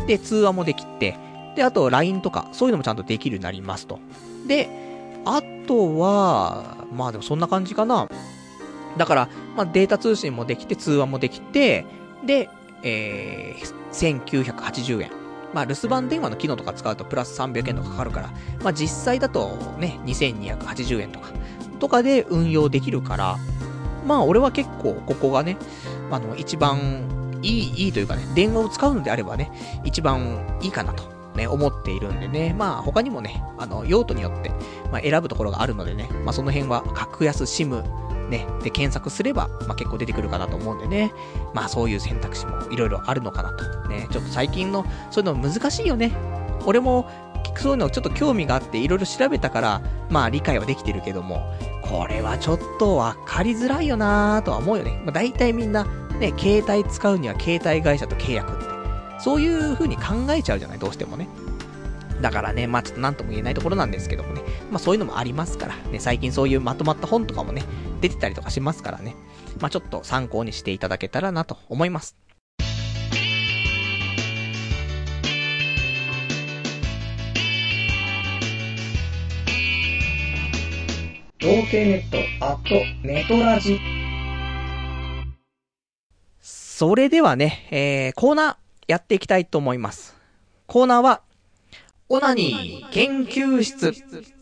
で、通話もできて、で、あと ライン とか、そういうのもちゃんとできるようになりますと。で、あとは、まあでもそんな感じかな。だから、まあデータ通信もできて、通話もできて、で、えー、せんきゅうひゃくはちじゅうえん。まあ留守番電話の機能とか使うとプラスさんびゃくえんとかかかるから、まあ実際だとね、にせんにひゃくはちじゅうえんとか、とかで運用できるから、まあ俺は結構ここがね、あの、一番いい、いいというかね、電話を使うのであればね、一番いいかなと。ね、思っているんでね。まあ他にもね、あの、用途によって、まあ選ぶところがあるのでね、まあその辺は格安 SIM ね、で検索すれば、まあ結構出てくるかなと思うんでね。まあそういう選択肢もいろいろあるのかなと。ね、ちょっと最近の、そういうの難しいよね。俺も、そういうのちょっと興味があっていろいろ調べたから、まあ理解はできてるけども、これはちょっとわかりづらいよなーとは思うよね。まあ大体みんな、ね、携帯使うには携帯会社と契約って。そういう風に考えちゃうじゃない、どうしてもね。だからね、まあちょっとなんとも言えないところなんですけどもね。まあそういうのもありますから、ね、最近そういうまとまった本とかもね、出てたりとかしますからね。まあちょっと参考にしていただけたらなと思います。 童貞ネットアットネトラジ。 それではね、えー、コーナーやっていきたいと思います。コーナーは、オナニー研究室。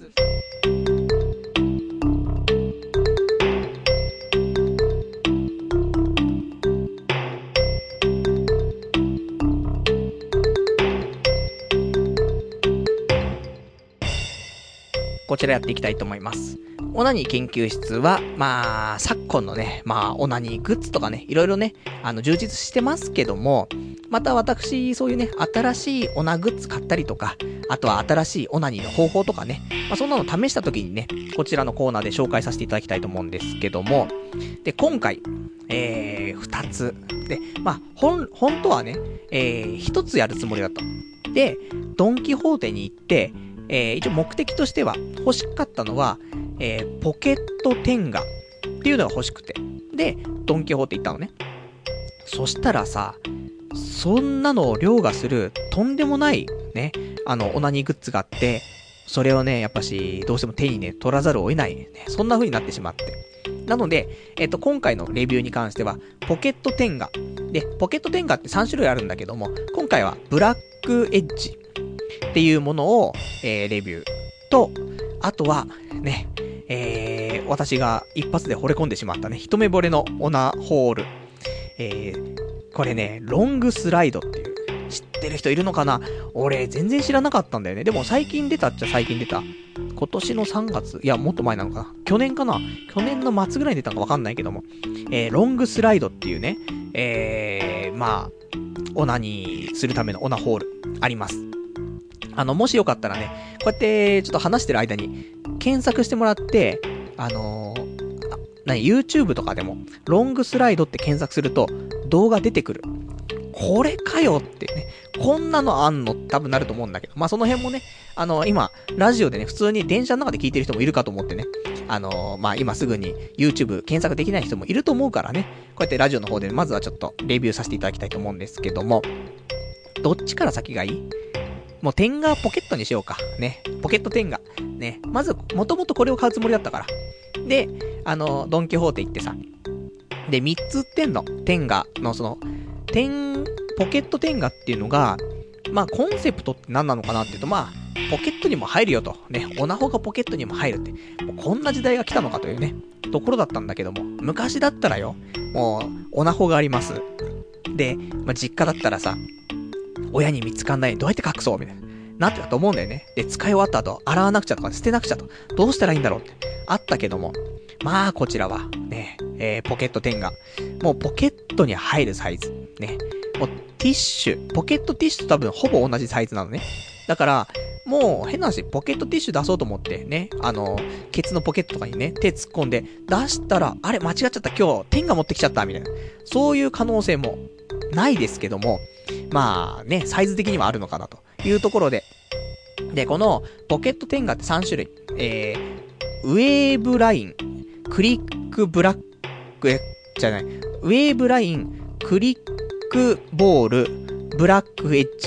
こちらやっていきたいと思います。オナニー研究室は、まあ、昨今のね、まあ、オナニーグッズとかね、いろいろね、あの、充実してますけども、また私、そういうね、新しいオナグッズ買ったりとか、あとは新しいオナニーの方法とかね、まあ、そんなの試した時にね、こちらのコーナーで紹介させていただきたいと思うんですけども、で、今回、えー、二つ。で、まあ、ほん、本当はね、えー、一つやるつもりだった。で、ドンキホーテに行って、えー、一応目的としては、欲しかったのは、えー、ポケットテンガっていうのが欲しくて。で、ドンキホーテ行ったのね。そしたらさ、そんなのを凌駕するとんでもないね、あの、オナニーグッズがあって、それをね、やっぱし、どうしても手にね、取らざるを得ない、ね、そんな風になってしまって。なので、えっと、今回のレビューに関しては、ポケットテンガ。で、ポケットテンガってさん種類あるんだけども、今回はブラックエッジっていうものを、えー、レビューと、あとは、ね、えー、私が一発で惚れ込んでしまったね、一目惚れのオナホール。えー、これね、ロングスライドっていう、知ってる人いるのかな？俺、全然知らなかったんだよね。でも最近出たっちゃ最近出た。今年のさんがつ、いや、もっと前なのかな？去年かな？去年の末ぐらいに出たのかわかんないけども、えー、ロングスライドっていうね、えー、まあ、オナにするためのオナホール、あります。あの、もしよかったらね、こうやってちょっと話してる間に検索してもらって、あのー、なに、YouTube とかでも、ロングスライドって検索すると動画出てくる。これかよってね、こんなのあんの多分なると思うんだけど、まあその辺もね、あのー、今、ラジオでね、普通に電車の中で聞いてる人もいるかと思ってね、あのー、まあ今すぐに YouTube 検索できない人もいると思うからね、こうやってラジオの方でまずはちょっとレビューさせていただきたいと思うんですけども、どっちから先がいい？もうテンガポケットにしようか。ね。ポケットテンガ。ね。まず、もともとこれを買うつもりだったから。で、あの、ドンキホーテ行ってさ。で、みっつ売ってんの。テンガのその、テン、ポケットテンガっていうのが、まあ、コンセプトって何なのかなっていうと、まあ、ポケットにも入るよと。ね。オナホがポケットにも入るって。もうこんな時代が来たのかというね、ところだったんだけども。昔だったらよ、もう、オナホがあります。で、まあ、実家だったらさ、親に見つかんないようにどうやって隠そうみたいな。なってたと思うんだよね。で、使い終わった後、洗わなくちゃとか捨てなくちゃと。どうしたらいいんだろうって。あったけども。まあ、こちらは、ね、えー、ポケットテンガ。もうポケットに入るサイズ。ね。もうティッシュ。ポケットティッシュと多分ほぼ同じサイズなのね。だから、もう変な話、ポケットティッシュ出そうと思ってね、あの、ケツのポケットとかにね、手突っ込んで、出したら、あれ間違っちゃった今日、テンガ持ってきちゃったみたいな。そういう可能性もないですけども、まあね、サイズ的にはあるのかなというところで。で、このポケットテンガってさん種類。えー、ウェーブライン、クリックブラック、え、じゃない。ウェーブライン、クリックボール、ブラックエッジ。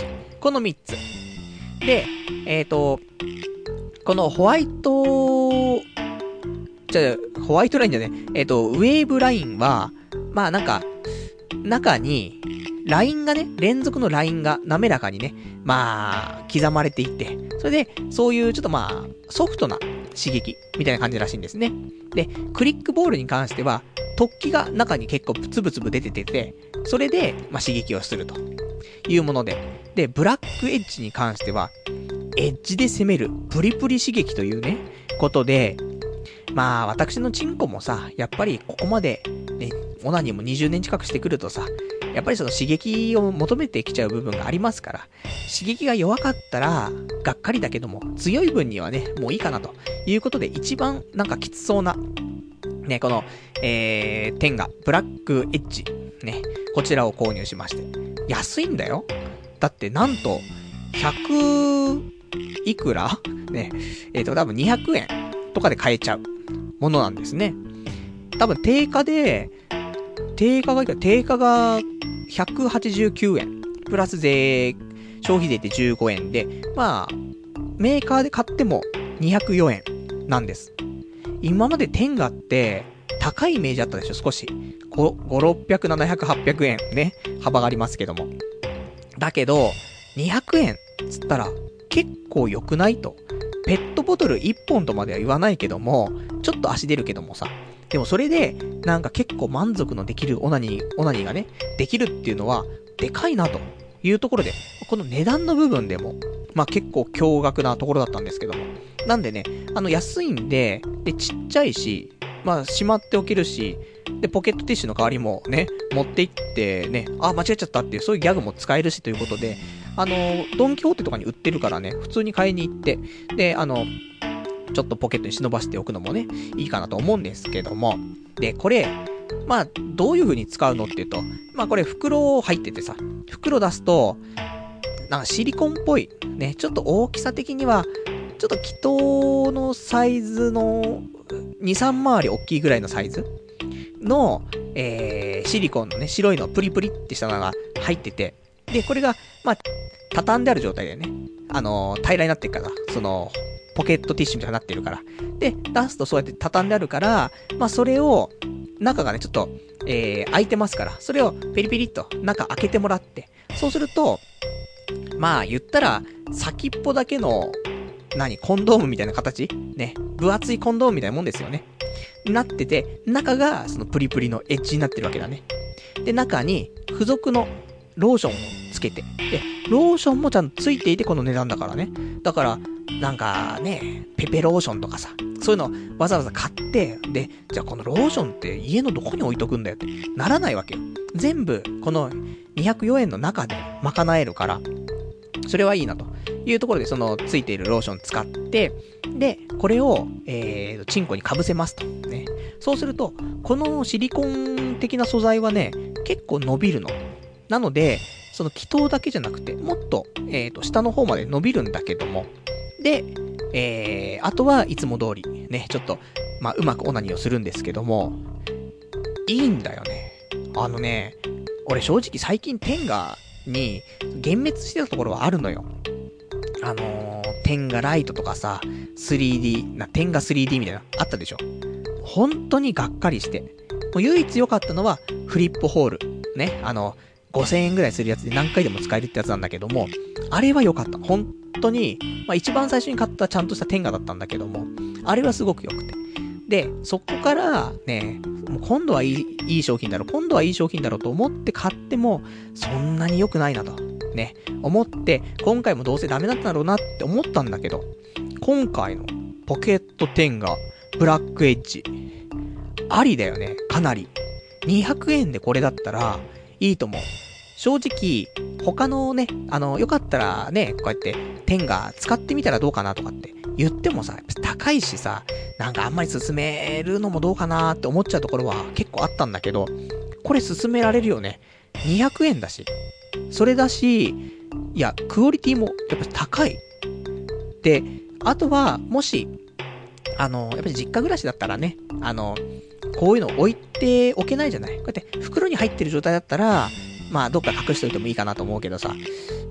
このみっつ。で、えっと、このホワイト、じゃあ、ホワイトラインじゃね、えっと、ウェーブラインは、まあなんか、中に、ラインがね、連続のラインが滑らかにね、まあ、刻まれていて、それで、そういうちょっとまあ、ソフトな刺激みたいな感じらしいんですね。で、クリックボールに関しては、突起が中に結構つぶつぶ出ててて、それで、まあ刺激をするというもので、で、ブラックエッジに関しては、エッジで攻める、プリプリ刺激というね、ことで、まあ、私のチンコもさ、やっぱりここまで、ね、オナニーもにじゅうねん近くしてくるとさ、やっぱりその刺激を求めてきちゃう部分がありますから、刺激が弱かったら、がっかりだけども、強い分にはね、もういいかなということで、一番なんかきつそうな、ね、この、えー、テンガ、ブラックエッジ、ね、こちらを購入しまして。安いんだよ。だってなんと、ひゃくいくらね、えっと、多分にひゃくえんとかで買えちゃうものなんですね。多分定価で、定価がいくら定価がひゃくはちじゅうきゅうえん。プラス税、消費税ってじゅうごえんで、まあ、メーカーで買ってもにひゃくよえんなんです。今までテンガって高いイメージあったでしょ、少し。ご、ご、ろっぴゃく、ななひゃく、はっぴゃくえんね、幅がありますけども。だけど、にひゃくえんつったら結構良くないと。ペットボトルいっぽんとまでは言わないけども、ちょっと足出るけどもさ。でもそれで、なんか結構満足のできるオナニー、オナニーがね、できるっていうのは、でかいなというところで、この値段の部分でも、まあ結構驚愕なところだったんですけども。なんでね、あの安いんで、で、ちっちゃいし、まあしまっておけるし、で、ポケットティッシュの代わりもね、持って行ってね、あ、間違えちゃったっていう、そういうギャグも使えるしということで、あの、ドンキホーテとかに売ってるからね、普通に買いに行って、で、あの、ちょっとポケットに忍ばしておくのもね、いいかなと思うんですけども。で、これ、まあ、どういう風に使うのっていうと、まあこれ袋入っててさ、袋出すと、なんかシリコンっぽい、ね、ちょっと大きさ的には、ちょっと気筒のサイズの、に、さん回り大きいぐらいのサイズの、えー、シリコンのね、白いのプリプリってしたのが入ってて、で、これが、まあ、畳んである状態でね、あのー、平らになってるから、その、ポケットティッシュみたいになってるから。で、出すとそうやって畳んであるから、まあそれを、中がね、ちょっと、えー、開いてますから、それをペリペリっと中開けてもらって、そうすると、まあ言ったら、先っぽだけの、何、コンドームみたいな形ね、分厚いコンドームみたいなもんですよね。なってて、中がそのプリプリのエッジになってるわけだね。で、中に、付属のローションをつけて、で、ローションもちゃんとついていてこの値段だからね。だから、なんかね、ペペローションとかさ、そういうのわざわざ買って、で、じゃあこのローションって家のどこに置いとくんだよってならないわけよ。全部このにひゃくよえんの中で賄えるから、それはいいなというところでそのついているローション使って、で、これを、えー、チンコに被せますと。ね。そうすると、このシリコン的な素材はね、結構伸びるの。なので、その気筒だけじゃなくて、もっと、えーと、下の方まで伸びるんだけども、で、えー、あとはいつも通り、ね、ちょっと、まあ、うまくオナニーをするんですけども、いいんだよね。あのね、俺正直最近テンガに、幻滅してたところはあるのよ。あのー、テンガライトとかさ、スリーディー、な、テンガ スリーディー みたいな、あったでしょ。本当にがっかりして。もう唯一良かったのは、フリップホール。ね、あの、ごせんえんぐらいするやつで何回でも使えるってやつなんだけども、あれは良かった。本当に、まあ一番最初に買ったちゃんとしたテンガだったんだけども、あれはすごく良くて。で、そこからね、もう今度はいい、いい商品だろう、今度はいい商品だろうと思って買っても、そんなに良くないなと。ね、思って、今回もどうせダメだったんだろうなって思ったんだけど、今回のポケットテンガ、ブラックエッジ、ありだよね、かなり。にひゃくえんでこれだったら、いいと思う。正直、他のね、あの、よかったらね、こうやって、テンガ使ってみたらどうかなとかって言ってもさ、高いしさ、なんかあんまり勧めるのもどうかなって思っちゃうところは結構あったんだけど、これ勧められるよね。にひゃくえんだし。それだし、いや、クオリティもやっぱ高い。で、あとは、もし、あの、やっぱり実家暮らしだったらね、あの、こういうの置いておけないじゃない。こうやって袋に入ってる状態だったら、まあどっか隠しておいてもいいかなと思うけどさ、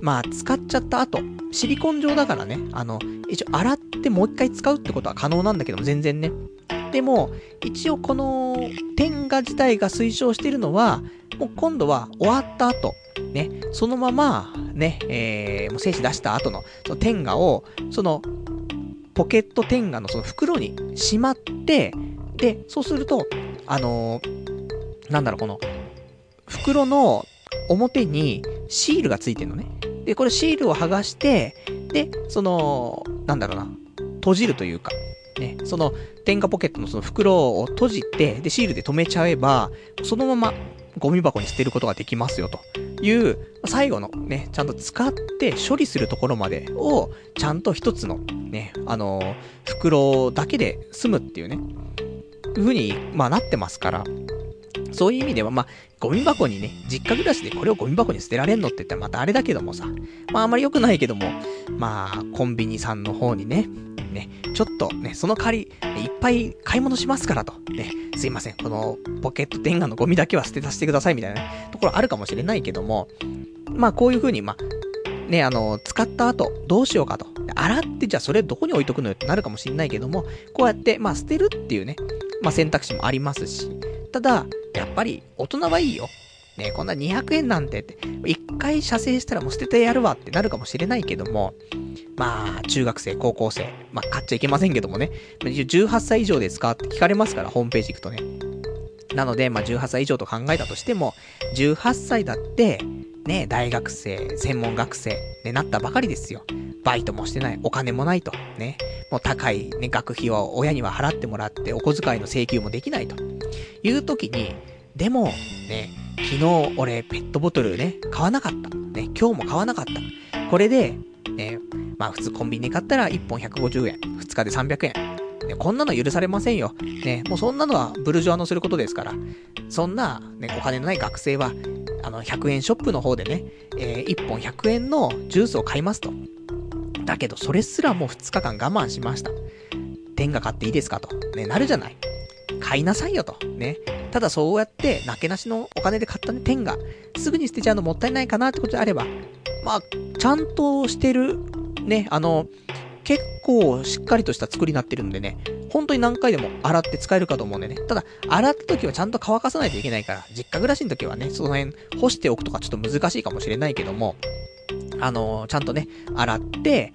まあ使っちゃった後、シリコン状だからね、あの、一応洗ってもう一回使うってことは可能なんだけども、全然ね。でも、一応この、テンガ自体が推奨しているのは、もう今度は終わった後、ね、そのまま、ね、えー、もう精子出した後の、そのテンガを、その、ポケットテンガのその袋にしまって、で、そうすると、あのー、なんだろう、この、袋の表にシールがついてるのね。で、これシールを剥がして、で、その、なんだろうな、閉じるというか、ね、その、テンガポケットのその袋を閉じて、で、シールで留めちゃえば、そのままゴミ箱に捨てることができますよ、という、最後のね、ちゃんと使って処理するところまでを、ちゃんと一つの、ね、あのー、袋だけで済むっていうね、いう風に、まあなってますから、そういう意味では、まあ、ゴミ箱にね、実家暮らしでこれをゴミ箱に捨てられんのって言ったらまたあれだけどもさ、まああんまり良くないけども、まあ、コンビニさんの方にね、ね、ちょっとね、その代わり、いっぱい買い物しますからと、ね、すいません、このポケットテンガのゴミだけは捨てさせてくださいみたいな、ね、ところあるかもしれないけども、まあこういう風に、まあ、ね、あの、使った後、どうしようかと。洗って、じゃあそれどこに置いとくのよってなるかもしれないけども、こうやって、まあ捨てるっていうね、まあ選択肢もありますし、ただ、やっぱり大人はいいよ。ね、こんなにひゃくえんなんてって、一回射精したらもう捨ててやるわってなるかもしれないけども、まあ、中学生、高校生、まあ買っちゃいけませんけどもね、じゅうはっさい以上ですかって聞かれますから、ホームページ行くとね。なので、まあじゅうはっさい以上と考えたとしても、じゅうはっさいだって、ね、大学生、専門学生、ね、なったばかりですよ。バイトもしてない、お金もないと、ね、もう高い、ね、学費を親には払ってもらって、お小遣いの請求もできないという時に、でも、ね、昨日俺ペットボトルね、買わなかった。ね、今日も買わなかった。これで、ね、まあ普通コンビニで買ったらいっぽんひゃくごじゅうえん、ふつかでさんびゃくえん。ね、こんなの許されませんよ。ね、もうそんなのはブルジョアのすることですから。そんな、ね、お金のない学生は、あの、ひゃくえんショップの方でね、えー、いっぽんひゃくえんのジュースを買いますと。だけど、それすらもうふつかかん我慢しました。テンガ買っていいですかと。ね、なるじゃない。買いなさいよと。ね。ただそうやって、なけなしのお金で買ったね、テンガ、すぐに捨てちゃうのもったいないかなってことであれば、まあ、ちゃんとしてる、ね、あの、結構しっかりとした作りになってるんでね、本当に何回でも洗って使えるかと思うんでね。ただ、洗った時はちゃんと乾かさないといけないから、実家暮らしの時はね、その辺干しておくとかちょっと難しいかもしれないけども、あのー、ちゃんとね、洗って、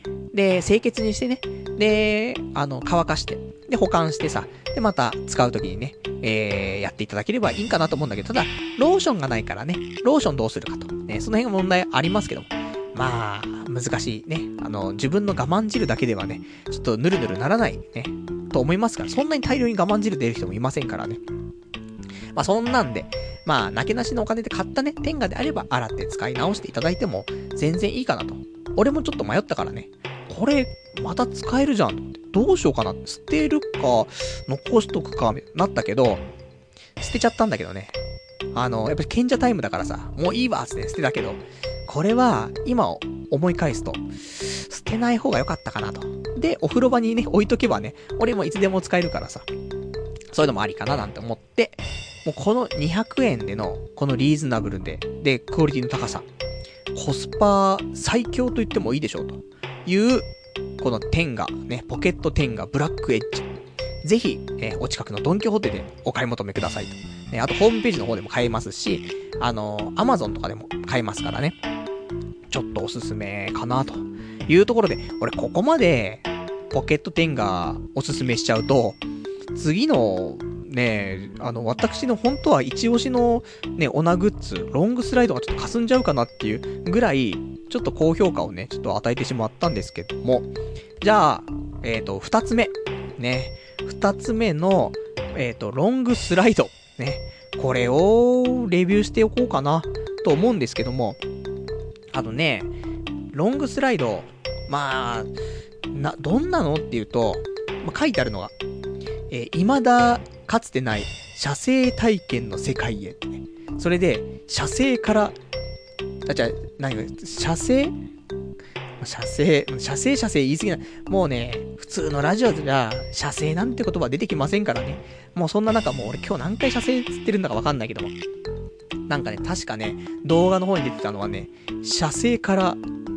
で、清潔にしてね、で、あの、乾かして、で、保管してさ、で、また使う時にね、えー、やっていただければいいかなと思うんだけど、ただ、ローションがないからね、ローションどうするかと。ね、その辺が問題ありますけども。まあ、難しいね。あの、自分の我慢汁だけではね、ちょっとぬるぬるならないね、と思いますから、そんなに大量に我慢汁出る人もいませんからね。まあそんなんで、まあ、なけなしのお金で買ったね、テンガであれば洗って使い直していただいても全然いいかなと。俺もちょっと迷ったからね、これ、また使えるじゃん。どうしようかな。捨てるか、残しとくか、なったけど、捨てちゃったんだけどね。あの、やっぱり賢者タイムだからさ、もういいわ、つって捨てたけど、これは、今思い返すと、捨てない方が良かったかなと。で、お風呂場にね、置いとけばね、俺もいつでも使えるからさ、そういうのもありかななんて思って、もうこのにひゃくえんでの、このリーズナブルで、で、クオリティの高さ、コスパ最強と言ってもいいでしょうという、このテンガ、ね、ポケットテンガブラックエッジ。ぜひ、えー、お近くのドンキホーテでお買い求めくださいと。ね、あとホームページの方でも買えますし、あのー、アマゾンとかでも買えますからね。ちょっとおすすめかなというところで、俺ここまでポケットテンガおすすめしちゃうと、次の、ね、あの、私の本当は一押しのね、オナグッズ、ロングスライドがちょっと霞んじゃうかなっていうぐらい、ちょっと高評価をね、ちょっと与えてしまったんですけども、じゃあ、えっと、二つ目。ね、二つ目の、えっと、ロングスライド。ね、これをレビューしておこうかな、と思うんですけども、あのね、ロングスライド、まあ、な、どんなのっていうと、まあ、書いてあるのが、えー、未だかつてない射精体験の世界へってね。それで、射精から、あ、じゃあ、何が、射精射精、射精射精言い過ぎない。もうね、普通のラジオでは、射精なんて言葉出てきませんからね。もうそんな中、もう俺今日何回射精つってるんだかわかんないけども。なんかね、確かね、動画の方に出てたのはね、射精から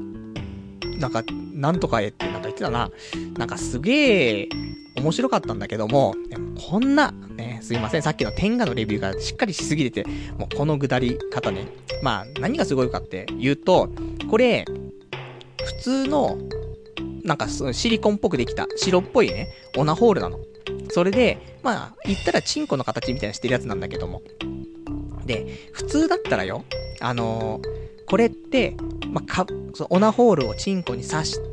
なんか、なんとかへってなんか言ってたな。なんかすげえ、面白かったんだけども、でもこんな、ね、すいません、さっきの天下のレビューがしっかりしすぎてて、もうこの下り方ね。まあ、何がすごいかって言うと、これ、普通の、なんかシリコンっぽくできた、白っぽいね、オナホールなの。それで、まあ、言ったらチンコの形みたいにしてるやつなんだけども。で、普通だったらよ、あのー、これって、まあ、か、そのオナホールをチンコに刺して、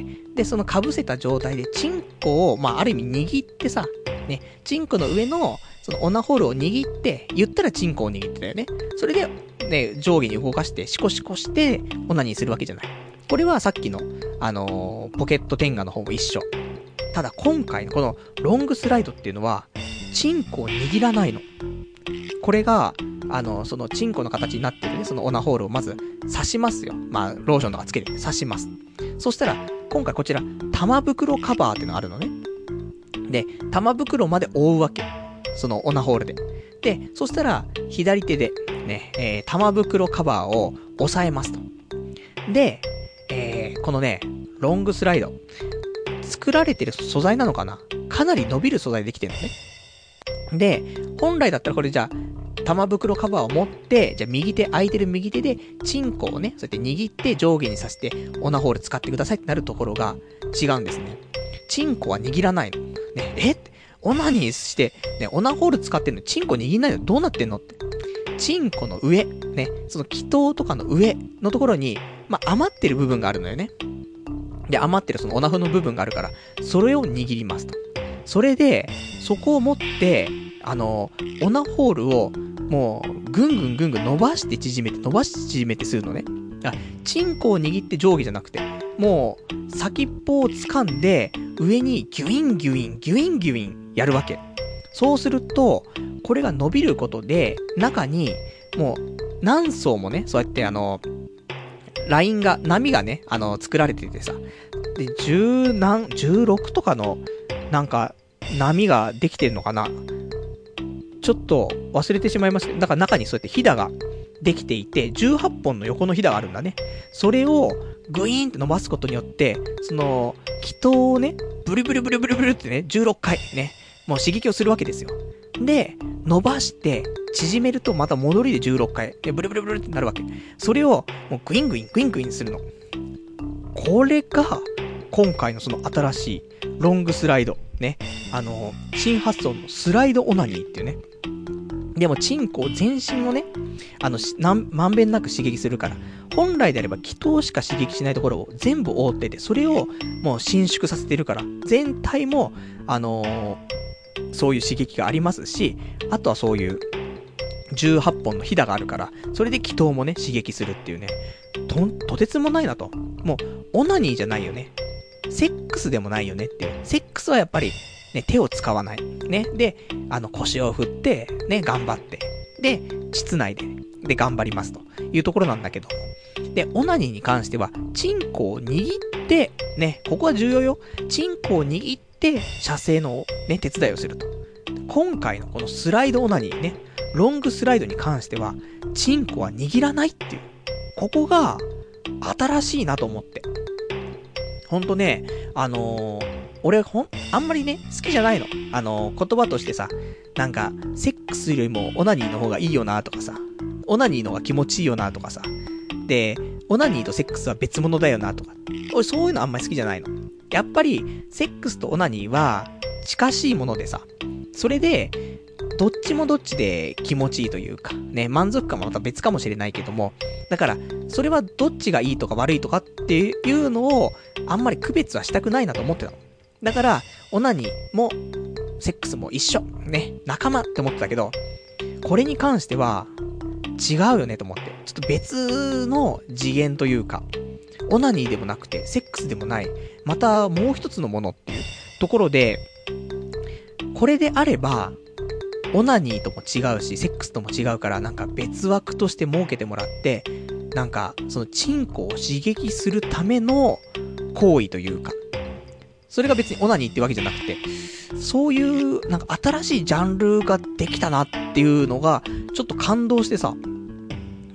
で、その被せた状態でチンコを、まあ、ある意味握ってさ、ね、チンコの上の、そのオナホールを握って、言ったらチンコを握ってたよね。それで、ね、上下に動かして、シコシコして、オナニーするわけじゃない。これはさっきの、あのー、ポケットテンガの方も一緒。ただ今回のこのロングスライドっていうのは、チンコを握らないの。これが、あの、そのチンコの形になってるね、そのオナホールをまず刺しますよ。まあ、ローションとかつけて刺します。そしたら、今回こちら、玉袋カバーっていうのがあるのね。で、玉袋まで覆うわけ。そのオナホールで。で、そしたら、左手で、ね、えー、玉袋カバーを押さえますと。で、えー、このね、ロングスライド。作られてる素材なのかな？かなり伸びる素材できてるのね。で、本来だったらこれじゃあ、玉袋カバーを持って、じゃあ右手、空いてる右手で、チンコをね、そうやって握って上下にさせて、オナホール使ってくださいってなるところが違うんですね。チンコは握らないの。ね、えオナニーして、ね、オナホール使ってんのチンコ握んないのどうなってんのって。チンコの上、ね、その気筒とかの上のところに、まあ、余ってる部分があるのよね。で、余ってるそのオナフの部分があるから、それを握りますと。それで、そこを持って、あの、オナホールを、もう、ぐんぐんぐんぐん伸ばして縮めて、伸ばして縮めてするのね。あ、チンコを握って上下じゃなくて、もう、先っぽを掴んで、上にギュインギュイン、ギュインギュインやるわけ。そうすると、これが伸びることで、中に、もう、何層もね、そうやってあの、ラインが、波がね、あの、作られててさ、で、十何、十六とかの、なんか、波ができてるのかな？ちょっと忘れてしまいましたけど、だから中にそうやってひだができていて、じゅうはっぽんの横のひだがあるんだね。それをグイーンって伸ばすことによって、その、気筒をね、ブリブリブリブリブリってね、じゅうろっかいね、もう刺激をするわけですよ。で、伸ばして、縮めるとまた戻りでじゅうろっかい、で、ブリブリブリってなるわけ。それを、もうグイングイン、グイングインするの。これが、今回のその新しい、ロングスライド。ね。あの、新発想のスライドオナニーっていうね。でも、チンコ全身をね、あの、なんまんべんなく刺激するから、本来であれば気筒しか刺激しないところを全部覆ってて、それをもう伸縮させてるから、全体も、あのー、そういう刺激がありますし、あとはそういう、じゅうはっぽんのひだがあるから、それで気筒もね、刺激するっていうね、と、とてつもないなと。もう、オナニーじゃないよね。セックスでもないよねっていう。セックスはやっぱり、ね、手を使わない。ね。で、あの、腰を振って、ね、頑張って。で、膣内で、で、頑張りますというところなんだけども。で、オナニーに関しては、チンコを握って、ね、ここは重要よ。チンコを握って、射精の、ね、手伝いをすると。今回のこのスライドオナニーね、ロングスライドに関しては、チンコは握らないっていう。ここが、新しいなと思って。ほんとね、あのー、俺ほん、あんまりね、好きじゃないの。あのー、言葉としてさ、なんか、セックスよりもオナニーの方がいいよなとかさ、オナニーの方が気持ちいいよなとかさ、で、オナニーとセックスは別物だよなとか、俺そういうのあんまり好きじゃないの。やっぱり、セックスとオナニーは、近しいものでさ、それで、どっちもどっちで気持ちいいというか、ね、満足感もまた別かもしれないけども、だから、それはどっちがいいとか悪いとかっていうのを、あんまり区別はしたくないなと思ってたの。だから、オナニーも、セックスも一緒。ね、仲間って思ってたけど、これに関しては、違うよねと思って。ちょっと別の次元というか、オナニーでもなくて、セックスでもない、またもう一つのものっていうところで、これであれば、オナニーとも違うし、セックスとも違うから、なんか別枠として設けてもらって、なんか、そのチンコを刺激するための行為というか、それが別にオナニーってわけじゃなくて、そういう、なんか新しいジャンルができたなっていうのが、ちょっと感動してさ。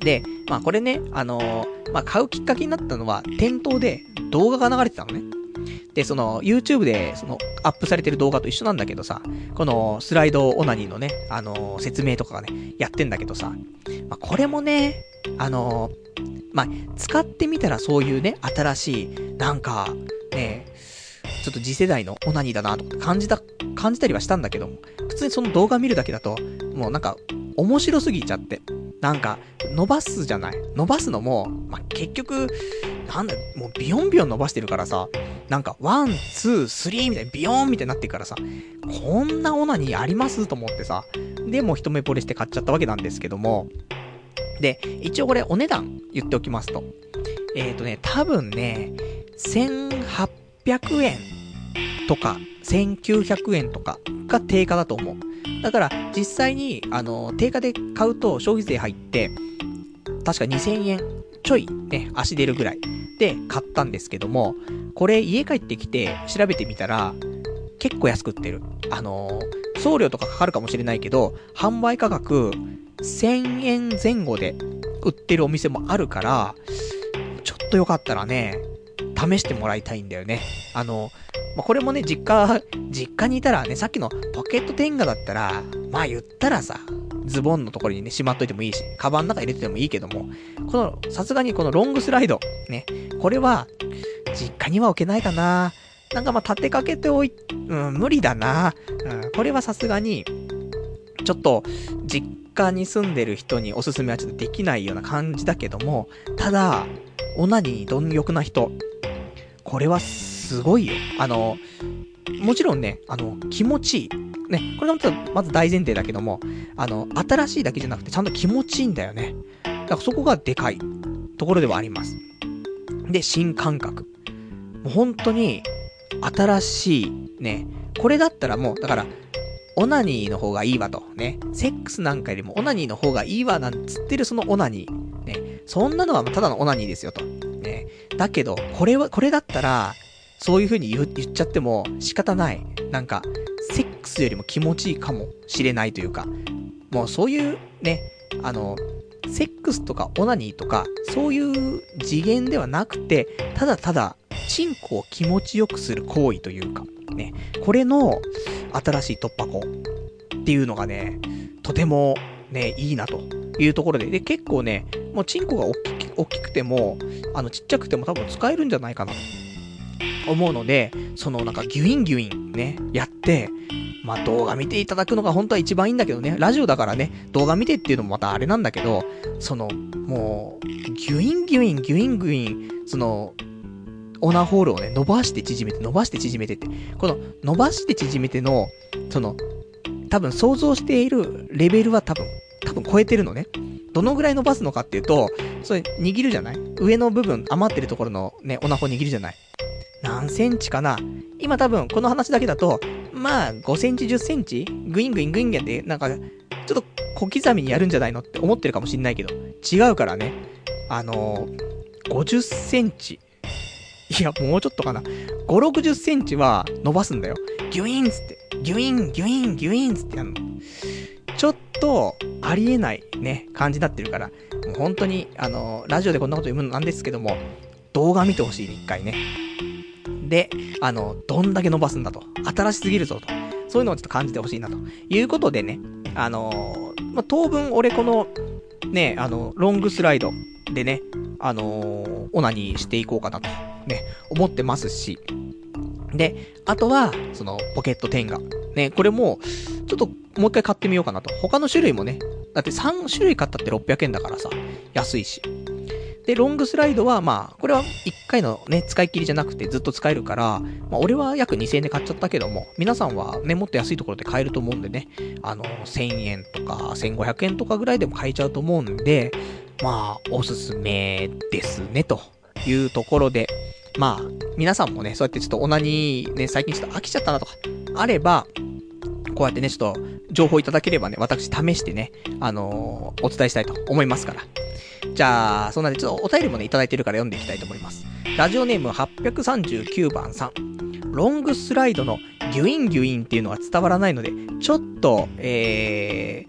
で、まあこれね、あのー、まあ買うきっかけになったのは、店頭で動画が流れてたのね。で、その、YouTube で、その、アップされてる動画と一緒なんだけどさ、この、スライドオナニーのね、あのー、説明とかがね、やってんだけどさ、まあこれもね、あのー、まあ、使ってみたらそういうね、新しい、なんか、ね、ちょっと次世代のオナニーだなと感じた、感じたりはしたんだけども、普通にその動画見るだけだと、もうなんか、面白すぎちゃって、なんか、伸ばすじゃない。伸ばすのも、まあ、結局、なんだ、もうビヨンビヨン伸ばしてるからさ、なんか、ワン、ツー、スリーみたいにビヨーンみたいになってるからさ、こんなオナニーありますと思ってさ、で、もう一目惚れして買っちゃったわけなんですけども、で、一応これお値段言っておきますと、えーとね、多分ね、せんはっぴゃくえんとか、せんきゅうひゃくえんとかが定価だと思う。だから、実際に、あの、定価で買うと消費税入って、確かにせんえんちょいね、足出るぐらいで買ったんですけども、これ家帰ってきて調べてみたら、結構安く売ってる。あのー、送料とかかかるかもしれないけど、販売価格せんえんぜん後で売ってるお店もあるから、ちょっとよかったらね、試してもらいたいんだよね。あの、まあ、これもね、実家、実家にいたらね、さっきのポケットテンガだったら、まあ言ったらさ、ズボンのところにね、しまっといてもいいし、カバンの中入れててもいいけども、この、さすがにこのロングスライド、ね、これは、実家には置けないかな。なんかまあ立てかけておい、うん、無理だな。うん、これはさすがに、ちょっと、実家に住んでる人におすすめはちょっとできないような感じだけども、ただ、オナニーに貪欲な人、これはすごいよ。あの、もちろんね、あの、気持ちいい。ね、これはまず大前提だけども、あの、新しいだけじゃなくてちゃんと気持ちいいんだよね。だからそこがでかいところではあります。で、新感覚。もう本当に、新しい、ね、これだったらもう、だから、オナニーの方がいいわと、ね、セックスなんかよりもオナニーの方がいいわなんつってるそのオナニー。ね、そんなのはただのオナニーですよと。ね、だけど、これは、これだったら、そういう風に言っちゃっても仕方ない。なんか、セックスよりも気持ちいいかもしれないというか、もうそういうね、あの、セックスとかオナニーとか、そういう次元ではなくて、ただただ、チンコを気持ちよくする行為というか、ね、これの新しい突破口っていうのがね、とてもね、いいなというところで、で、結構ね、もうチンコが大きく、大きくても、あの、ちっちゃくても多分使えるんじゃないかなと思うので、そのなんかギュインギュインね、やって、まあ動画見ていただくのが本当は一番いいんだけどね、ラジオだからね、動画見てっていうのもまたあれなんだけど、その、もう、ギュインギュイン、ギュインギュイン、その、オナホールをね、伸ばして縮めて、伸ばして縮めてって、この、伸ばして縮めての、その、多分想像しているレベルは多分、多分超えてるのね。どのぐらい伸ばすのかっていうと、それ握るじゃない？上の部分、余ってるところのね、オナホ握るじゃない？何センチかな？今多分、この話だけだと、まあ、ごセンチ、じゅっセンチグイングイングイングインって、なんか、ちょっと小刻みにやるんじゃないのって思ってるかもしんないけど、違うからね。あのー、ごじゅっセンチ。いや、もうちょっとかな。ご、ろくじゅっセンチは伸ばすんだよ。ギュイーンつって。ギュイン、ギュイン、ギュインつってやるの。ちょっと、ありえないね、感じになってるから、もう本当に、あのー、ラジオでこんなこと言うのなんですけども、動画見てほしいね、一回ね。で、あの、どんだけ伸ばすんだと。新しすぎるぞと。そういうのをちょっと感じてほしいなと。いうことでね、あのー、まあ、当分俺この、ね、あの、ロングスライドでね、あのー、オナニーしていこうかなと、ね、思ってますし。で、あとは、その、ポケットテンガ。ね、これも、ちょっと、もう一回買ってみようかなと。他の種類もね、だってさん種類買ったってろっぴゃくえんだからさ、安いし。で、ロングスライドは、まあ、これはいっかいのね、使い切りじゃなくてずっと使えるから、まあ、俺は約にせんえんで買っちゃったけども、皆さんはね、もっと安いところで買えると思うんでね、あの、せんえんとかせんごひゃくえんとかぐらいでも買えちゃうと思うんで、まあ、おすすめですね、というところで、まあ、皆さんもね、そうやってちょっとオナニーね、最近ちょっと飽きちゃったなとか、あれば、こうやってね、ちょっと、情報いただければね、私試してね、あのー、お伝えしたいと思いますから。じゃあ、そんなんでちょっとお便りもね、いただいてるから読んでいきたいと思います。ラジオネームはっぴゃくさんじゅうきゅうばんさん。ロングスライドのギュインギュインっていうのが伝わらないので、ちょっと、えー、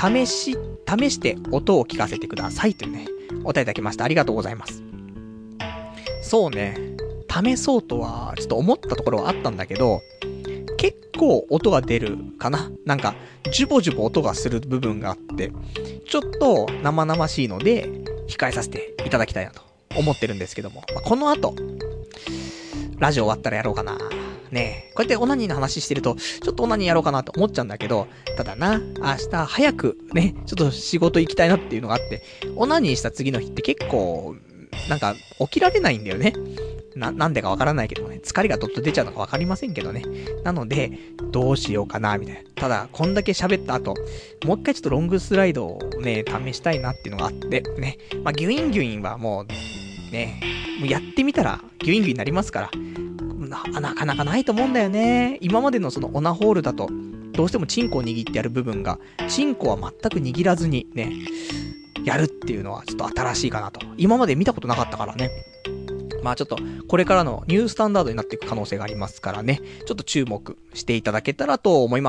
試し、試して音を聞かせてくださいというね、お便りいただきました。ありがとうございます。そうね、試そうとは、ちょっと思ったところはあったんだけど、結構音が出るかな。なんか、ジュボジュボ音がする部分があって、ちょっと生々しいので、控えさせていただきたいなと思ってるんですけども。まあ、この後、ラジオ終わったらやろうかな。ねえ、こうやってオナニーの話してると、ちょっとオナニーやろうかなと思っちゃうんだけど、ただな、明日早くね、ちょっと仕事行きたいなっていうのがあって、オナニーした次の日って結構、なんか起きられないんだよね。な、なんでかわからないけどね、疲れがどっと出ちゃうのかわかりませんけどね。なので、どうしようかな、みたいな。ただ、こんだけ喋った後、もう一回ちょっとロングスライドをね、試したいなっていうのがあって、ね。まあ、ギュインギュインはもう、ね、もうやってみたら、ギュインギュインになりますから、な、なかなかないと思うんだよね。今までのそのオナホールだと、どうしてもチンコを握ってやる部分が、チンコは全く握らずにね、やるっていうのはちょっと新しいかなと。今まで見たことなかったからね。まあちょっと、これからのニュースタンダードになっていく可能性がありますからね。ちょっと注目していただけたらと思います。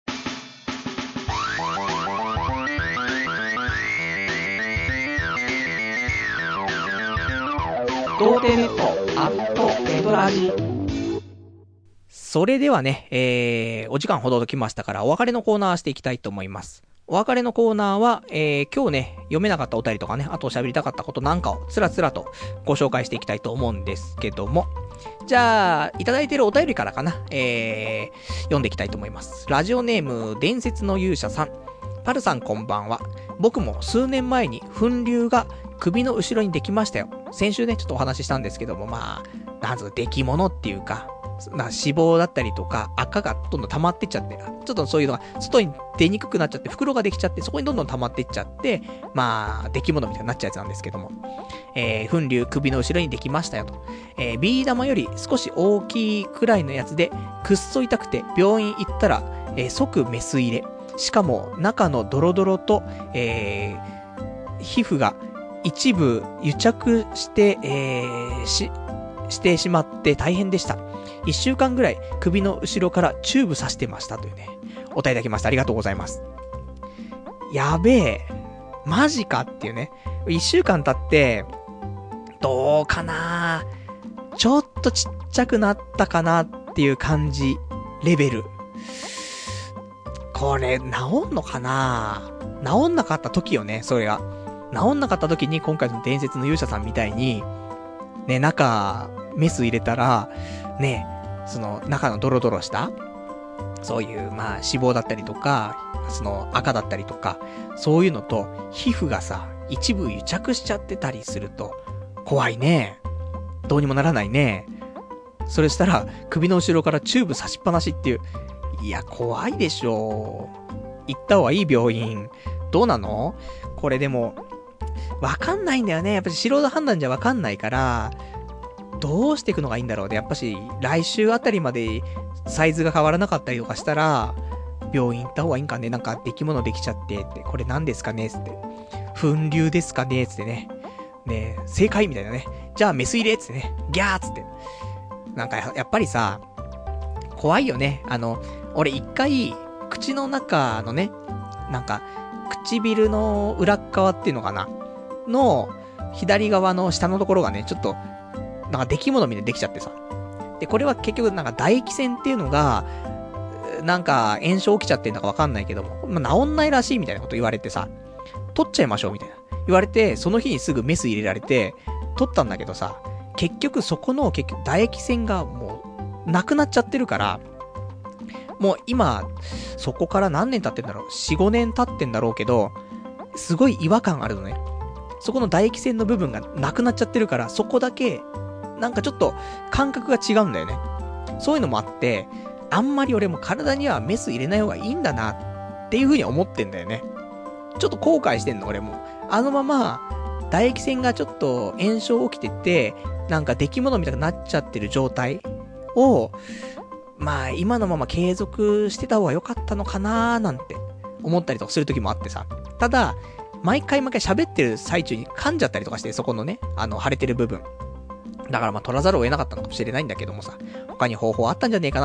童貞ネットアットネトラジ。 それではね、えー、お時間ほどときましたからお別れのコーナーしていきたいと思います。お別れのコーナーは、えー、今日ね、読めなかったお便りとかね、あと喋りたかったことなんかをつらつらとご紹介していきたいと思うんですけども、じゃあ、いただいているお便りからかな、えー、読んでいきたいと思います。ラジオネーム、伝説の勇者さん。パルさんこんばんは。僕も数年前に粉瘤が首の後ろにできましたよ。先週ね、ちょっとお話ししたんですけども、まあ、なんつうか、出来物っていうか、なんか脂肪だったりとか赤がどんどん溜まってっちゃって、ちょっとそういうのが外に出にくくなっちゃって、袋ができちゃって、そこにどんどん溜まってっちゃって、まあ、出来物みたいになっちゃうやつなんですけども、えー、粉瘤首の後ろにできましたよと。えー、ビー玉より少し大きいくらいのやつで、くっそ痛くて病院行ったら、えー、即メス入れ。しかも中のドロドロと、えー、皮膚が一部癒着して、えー、し、してしまって大変でした。一週間ぐらい首の後ろからチューブ刺してましたというね、お便りいただきました。ありがとうございます。やべえ。マジかっていうね。一週間経って、どうかな、ちょっとちっちゃくなったかなっていう感じ、レベル。これ、治んのかな、治んなかった時よね、それが。治んなかった時に今回の伝説の勇者さんみたいに、ね、中、メス入れたら、ね、その中のドロドロした、そういう、まあ、脂肪だったりとか、その赤だったりとか、そういうのと、皮膚がさ、一部癒着しちゃってたりすると、怖いね。どうにもならないね。それしたら、首の後ろからチューブ刺しっぱなしっていう、いや、怖いでしょ。行った方がいい病院。どうなの？これでも、わかんないんだよね。やっぱり素人判断じゃわかんないから、どうしていくのがいいんだろうね。やっぱし、来週あたりまでサイズが変わらなかったりとかしたら、病院行った方がいいんかね。なんか、出来物できちゃってって、これ何ですかねつって。粉瘤ですかねつってね。ね、正解みたいなね。じゃあ、メス入れつってね。ギャーつって。なんか、やっぱりさ、怖いよね。あの、俺一回、口の中のね、なんか、唇の裏側っていうのかなの、左側の下のところがね、ちょっと、なんか出来物みたいにできちゃってさ。で、これは結局なんか唾液腺っていうのが、なんか炎症起きちゃってんだかわかんないけども、まあ、治んないらしいみたいなこと言われてさ、取っちゃいましょうみたいな。言われて、その日にすぐメス入れられて、取ったんだけどさ、結局そこの結局唾液腺がもう、なくなっちゃってるから、もう今、そこから何年経ってんだろう ?よん、ごねん経ってんだろうけど、すごい違和感あるのね。そこの唾液腺の部分がなくなっちゃってるから、そこだけ、なんかちょっと感覚が違うんだよね。そういうのもあって、あんまり俺も体にはメス入れない方がいいんだな、っていう風に思ってんだよね。ちょっと後悔してんの、俺も。あのまま、唾液腺がちょっと炎症起きてて、なんか出来物みたいになっちゃってる状態を、まあ今のまま継続してた方が良かったのかなーなんて思ったりとかする時もあってさ。ただ、毎回毎回喋ってる最中に噛んじゃったりとかして、そこのね、あの腫れてる部分。だからまあ取らざるを得なかったのかもしれないんだけどもさ、他に方法あったんじゃねえかなと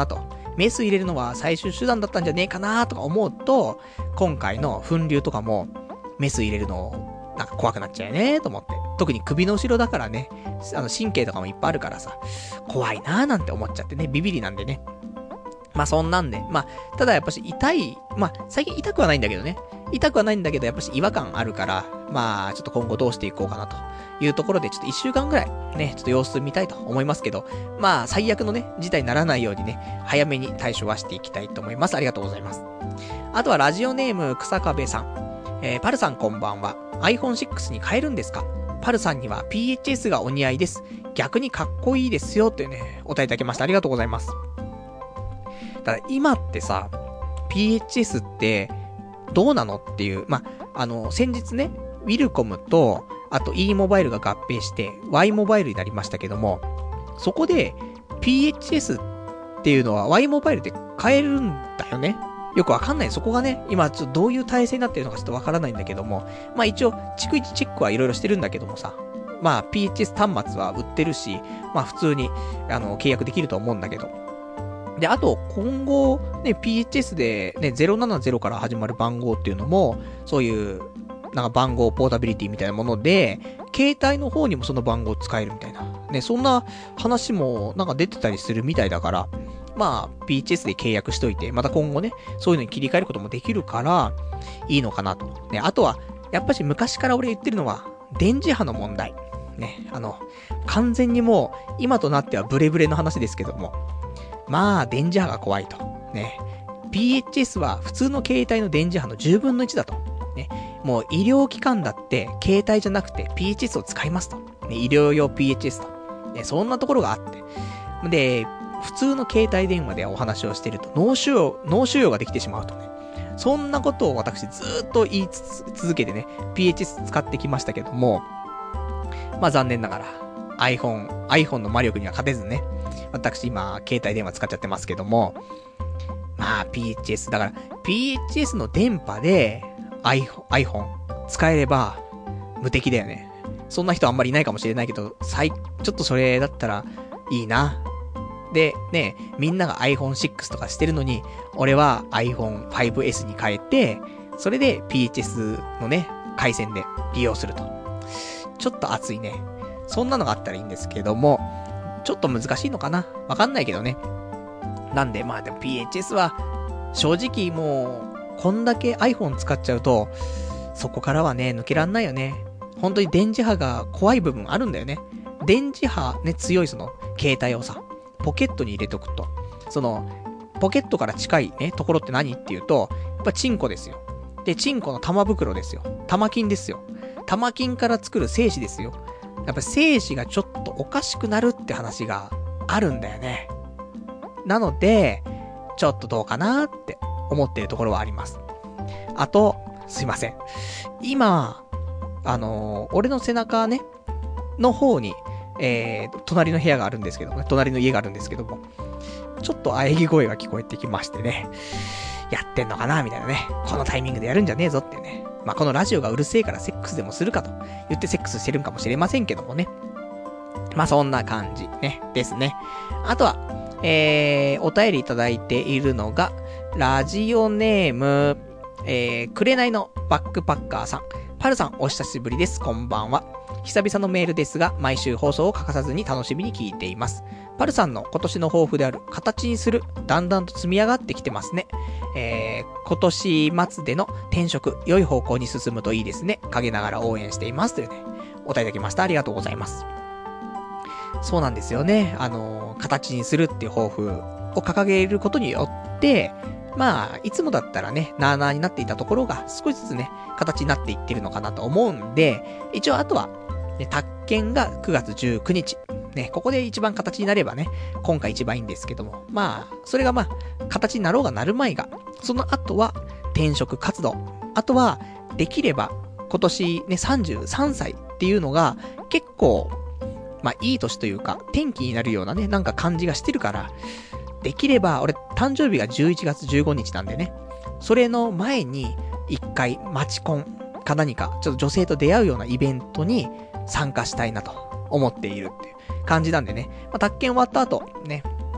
メス入れるのは最終手段だったんじゃねえかなとか思うと、今回の粉流とかも、メス入れるの、なんか怖くなっちゃうよねと思って。特に首の後ろだからね、あの神経とかもいっぱいあるからさ、怖いなーなんて思っちゃってね、ビビりなんでね。まあそんなんで、まあ、ただやっぱし痛い、まあ最近痛くはないんだけどね。痛くはないんだけど、やっぱし違和感あるから、まあちょっと今後どうしていこうかなというところで、ちょっと一週間ぐらいね、ちょっと様子見たいと思いますけど、まあ最悪のね、事態にならないようにね、早めに対処はしていきたいと思います。ありがとうございます。あとはラジオネーム草壁さん。えー、パルさんこんばんは。アイフォンシックス に変えるんですか？パルさんには ピーエイチエス がお似合いです。逆にかっこいいですよってね、お答えいただきました。ありがとうございます。ただ今ってさ、ピーエイチエス ってどうなのっていう、まあ、あの、先日ね、ウィルコムと、あと E モバイルが合併して Y モバイルになりましたけども、そこで ピーエイチエス っていうのは Y モバイルで変えるんだよね。よくわかんない。そこがね、今ちょっとどういう体制になってるのかちょっとわからないんだけども、まあ一応、逐一チェックはいろいろしてるんだけどもさ、まあ ピーエイチエス 端末は売ってるし、まあ普通に、あの、契約できると思うんだけど。で、あと、今後、ね、ピーエイチエス でね、ゼロななゼロから始まる番号っていうのも、そういう、なんか番号ポータビリティみたいなもので、携帯の方にもその番号使えるみたいな。ね、そんな話もなんか出てたりするみたいだから、まあ、ピーエイチエス で契約しといて、また今後ね、そういうのに切り替えることもできるから、いいのかなと。ね、あとは、やっぱし昔から俺言ってるのは、電磁波の問題。ね、あの、完全にもう、今となってはブレブレの話ですけども、まあ、電磁波が怖いと。ね、ピーエイチエス は普通の携帯の電磁波のじゅうぶんのいちだと。ね、もう医療機関だって、携帯じゃなくて ピーエイチエス を使いますと。ね、医療用 ピーエイチエス と。ね、そんなところがあって。で、普通の携帯電話でお話をしていると脳腫瘍、脳腫瘍ができてしまうとね。そんなことを私ずーっと言いつつ続けてね、ピーエイチエス 使ってきましたけども、まあ残念ながら iPhone、iPhone の魔力には勝てずね、私今携帯電話使っちゃってますけども、まあ ピーエイチエス、だから ピーエイチエス の電波で iPhone、iPhone 使えれば無敵だよね。そんな人あんまりいないかもしれないけど、最、ちょっとそれだったらいいな。で、ね、みんなが アイフォンシックス とかしてるのに、俺は アイフォンファイブエス に変えて、それで ピーエイチエス のね、回線で利用すると。ちょっと熱いね。そんなのがあったらいいんですけども、ちょっと難しいのかな？わかんないけどね。なんで、まあでも ピーエイチエス は、正直もう、こんだけ iPhone 使っちゃうと、そこからはね、抜けらんないよね。本当に電磁波が怖い部分あるんだよね。電磁波ね、強いその、携帯をさ、ポケットに入れとくと。その、ポケットから近いね、ところって何っていうと、やっぱチンコですよ。で、チンコの玉袋ですよ。玉金ですよ。玉金から作る精子ですよ。やっぱ精子がちょっとおかしくなるって話があるんだよね。なので、ちょっとどうかなって思ってるところはあります。あと、すいません。今、あのー、俺の背中ね、の方に、えー、隣の部屋があるんですけどもね、隣の家があるんですけども、ちょっと喘ぎ声が聞こえてきましてね、やってんのかなみたいなね、このタイミングでやるんじゃねえぞってね、まあ、このラジオがうるせえからセックスでもするかと言ってセックスしてるんかもしれませんけどもね。まあ、そんな感じね、ですね。あとは、えー、お便りいただいているのが、ラジオネーム、えー、くれないのバックパッカーさん。パルさん、お久しぶりです。こんばんは。久々のメールですが、毎週放送を欠かさずに楽しみに聞いています。パルさんの今年の抱負である形にする、だんだんと積み上がってきてますね。えー、今年末での転職、良い方向に進むといいですね。陰ながら応援しています。というね、お答えいただきました。ありがとうございます。そうなんですよね。あのー、形にするっていう抱負を掲げることによって、まあ、いつもだったらね、なーなーになっていたところが少しずつね、形になっていってるのかなと思うんで、一応あとは、ね、宅建がくがつじゅうくにち。ね、ここで一番形になればね、今回一番いいんですけども、まあ、それがまあ、形になろうがなるまいが、その後は、転職活動。あとは、できれば、今年ね、さんじゅうさんさいっていうのが、結構、まあ、いい年というか、転機になるようなね、なんか感じがしてるから、できれば、俺、誕生日がじゅういちがつじゅうごにちなんでね、それの前に、一回、マチコンか何か、ちょっと女性と出会うようなイベントに参加したいなと思っているっていう感じなんでね、まあ、宅建終わった後、ね、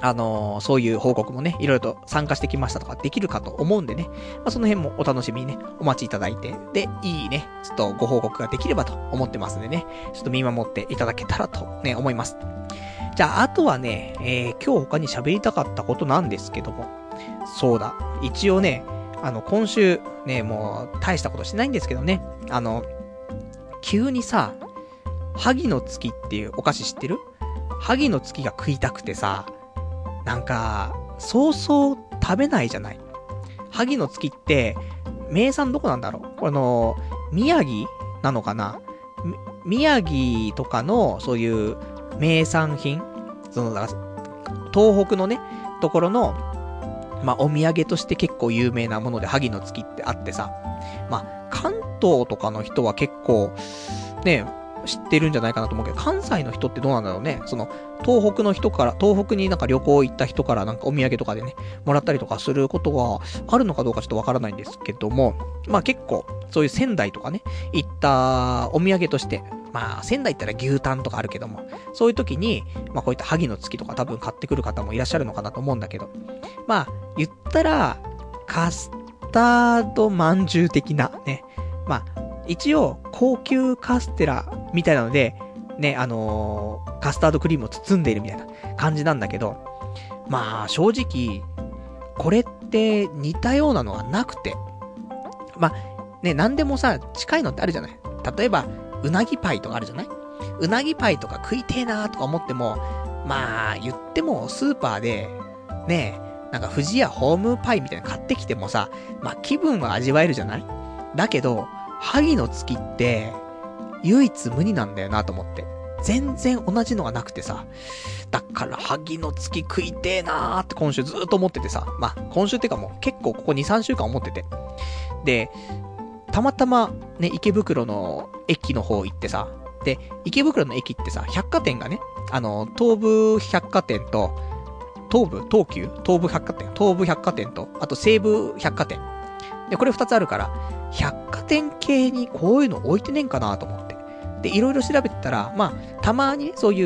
あのー、そういう報告もね、いろいろと参加してきましたとかできるかと思うんでね、まあ、その辺もお楽しみにね、お待ちいただいて、で、いいね、ちょっとご報告ができればと思ってますんでね、ちょっと見守っていただけたらとね、思います。じゃあ、あとはね、えー、今日他に喋りたかったことなんですけども、そうだ、一応ね、あの、今週、ね、もう、大したことしないんですけどね、あの、急にさ、萩の月っていうお菓子知ってる？萩の月が食いたくてさ、なんか、そうそう食べないじゃない。萩の月って、名産どこなんだろう？この、宮城なのかな？宮城とかの、そういう名産品、その、東北のね、ところの、まあ、お土産として結構有名なもので、萩の月ってあってさ、まあ、関東とかの人は結構、ね、知ってるんじゃないかなと思うけど、関西の人ってどうなんだろうね。その、東北の人から、東北になんか旅行行った人からなんかお土産とかでね、もらったりとかすることがあるのかどうかちょっとわからないんですけども、まあ結構、そういう仙台とかね、行ったお土産として、まあ仙台行ったら牛タンとかあるけども、そういう時に、まあこういった萩の月とか多分買ってくる方もいらっしゃるのかなと思うんだけど、まあ、言ったら、カスタードまんじゅう的なね、まあ、一応、高級カステラみたいなので、ね、あのー、カスタードクリームを包んでいるみたいな感じなんだけど、まあ、正直、これって似たようなのはなくて、まあ、ね、なんでもさ、近いのってあるじゃない。例えば、うなぎパイとかあるじゃないうなぎパイとか食いてえなーとか思っても、まあ、言ってもスーパーで、ね、なんか富士屋ホームパイみたいなの買ってきてもさ、まあ気分は味わえるじゃない？だけど、萩の月って、唯一無二なんだよなと思って。全然同じのがなくてさ。だから、萩の月食いてーなーって今週ずーっと思っててさ。まあ、今週ってかもう結構ここに、さんしゅうかん思ってて。で、たまたまね、池袋の駅の方行ってさ。で、池袋の駅ってさ、百貨店がね、あの、東武百貨店と、東武東急東武百貨店東武百貨店と、あと西武百貨店。で、これ二つあるから、百貨店系にこういうの置いてねえんかなと思って。で、いろいろ調べてたら、まあ、たまにね、そういう、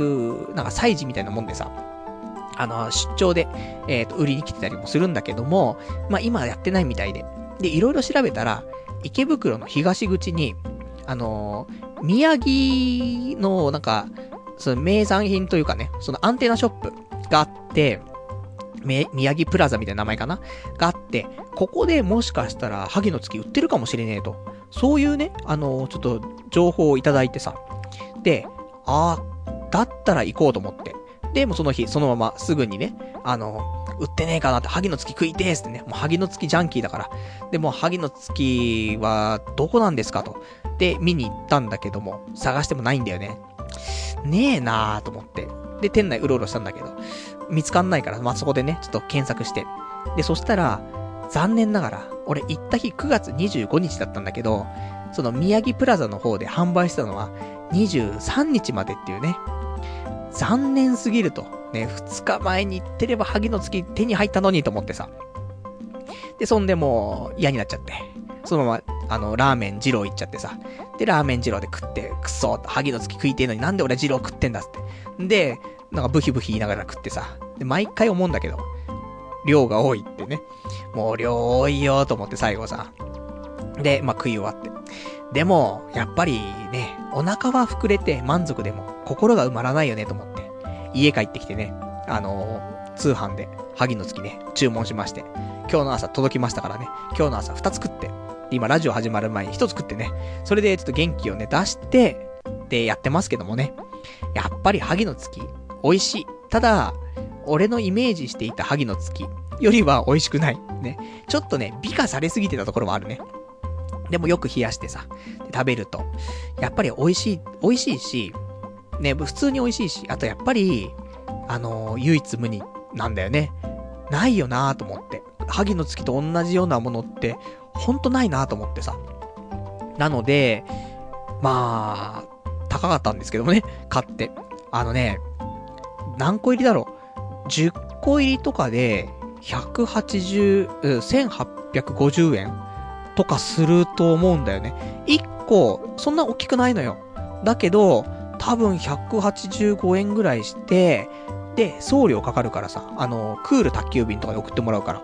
なんか催事みたいなもんでさ、あの、出張で、えっと、売りに来てたりもするんだけども、まあ、今はやってないみたいで。で、いろいろ調べたら、池袋の東口に、あのー、宮城の、なんか、その名産品というかね、そのアンテナショップがあって、宮城プラザみたいな名前かながあって、ここでもしかしたら萩の月売ってるかもしれねえと。そういうね、あのー、ちょっと情報をいただいてさ。で、あー、だったら行こうと思って。で、もうその日、そのまますぐにね、あのー、売ってねえかなって、萩の月食いてーすってね、もう萩の月ジャンキーだから。で、もう萩の月はどこなんですかと。で、見に行ったんだけども、探してもないんだよね。ねえなーと思って。で、店内うろうろしたんだけど、見つかんないから、まあ、そこでね、ちょっと検索して。で、そしたら、残念ながら、俺行った日くがつにじゅうごにちだったんだけど、その宮城プラザの方で販売してたのはにじゅうさんにちまでっていうね。残念すぎると。ね、ふつかまえに行ってれば萩の月手に入ったのにと思ってさ。で、そんでもう嫌になっちゃって。そのまま、あの、ラーメン二郎行っちゃってさ。で、ラーメン二郎で食って、くそーと、萩の月食いてえのになんで俺二郎食ってんだっつって。で、なんかブヒブヒ言いながら食ってさ。で、毎回思うんだけど、量が多いってね。もう量多いよと思って最後さ。で、まあ、食い終わって。でも、やっぱりね、お腹は膨れて満足でも、心が埋まらないよねと思って。家帰ってきてね、あのー、通販で、萩の月ね、注文しまして。今日の朝届きましたからね。今日の朝二つ食って。今ラジオ始まる前に一つ食ってね。それでちょっと元気をね、出して、で、やってますけどもね。やっぱり萩の月、美味しい。ただ、俺のイメージしていた萩の月よりは美味しくない。ね。ちょっとね、美化されすぎてたところもあるね。でもよく冷やしてさ、食べると、やっぱり美味しい、美味しいし、ね、普通に美味しいし、あとやっぱり、あのー、唯一無二なんだよね。ないよなーと思って。萩の月と同じようなものって、ほんとないなーと思ってさ。なので、まあ、高かったんですけどもね、買って。あのね、何個入りだろう ?じゅっ 個入りとかで、ひゃくはちじゅう、せんはっぴゃくごじゅうえんとかすると思うんだよね。いっこ、そんな大きくないのよ。だけど、多分ひゃくはちじゅうごえんぐらいして、 で、送料かかるからさ、あの、クール宅急便とかで送ってもらうから。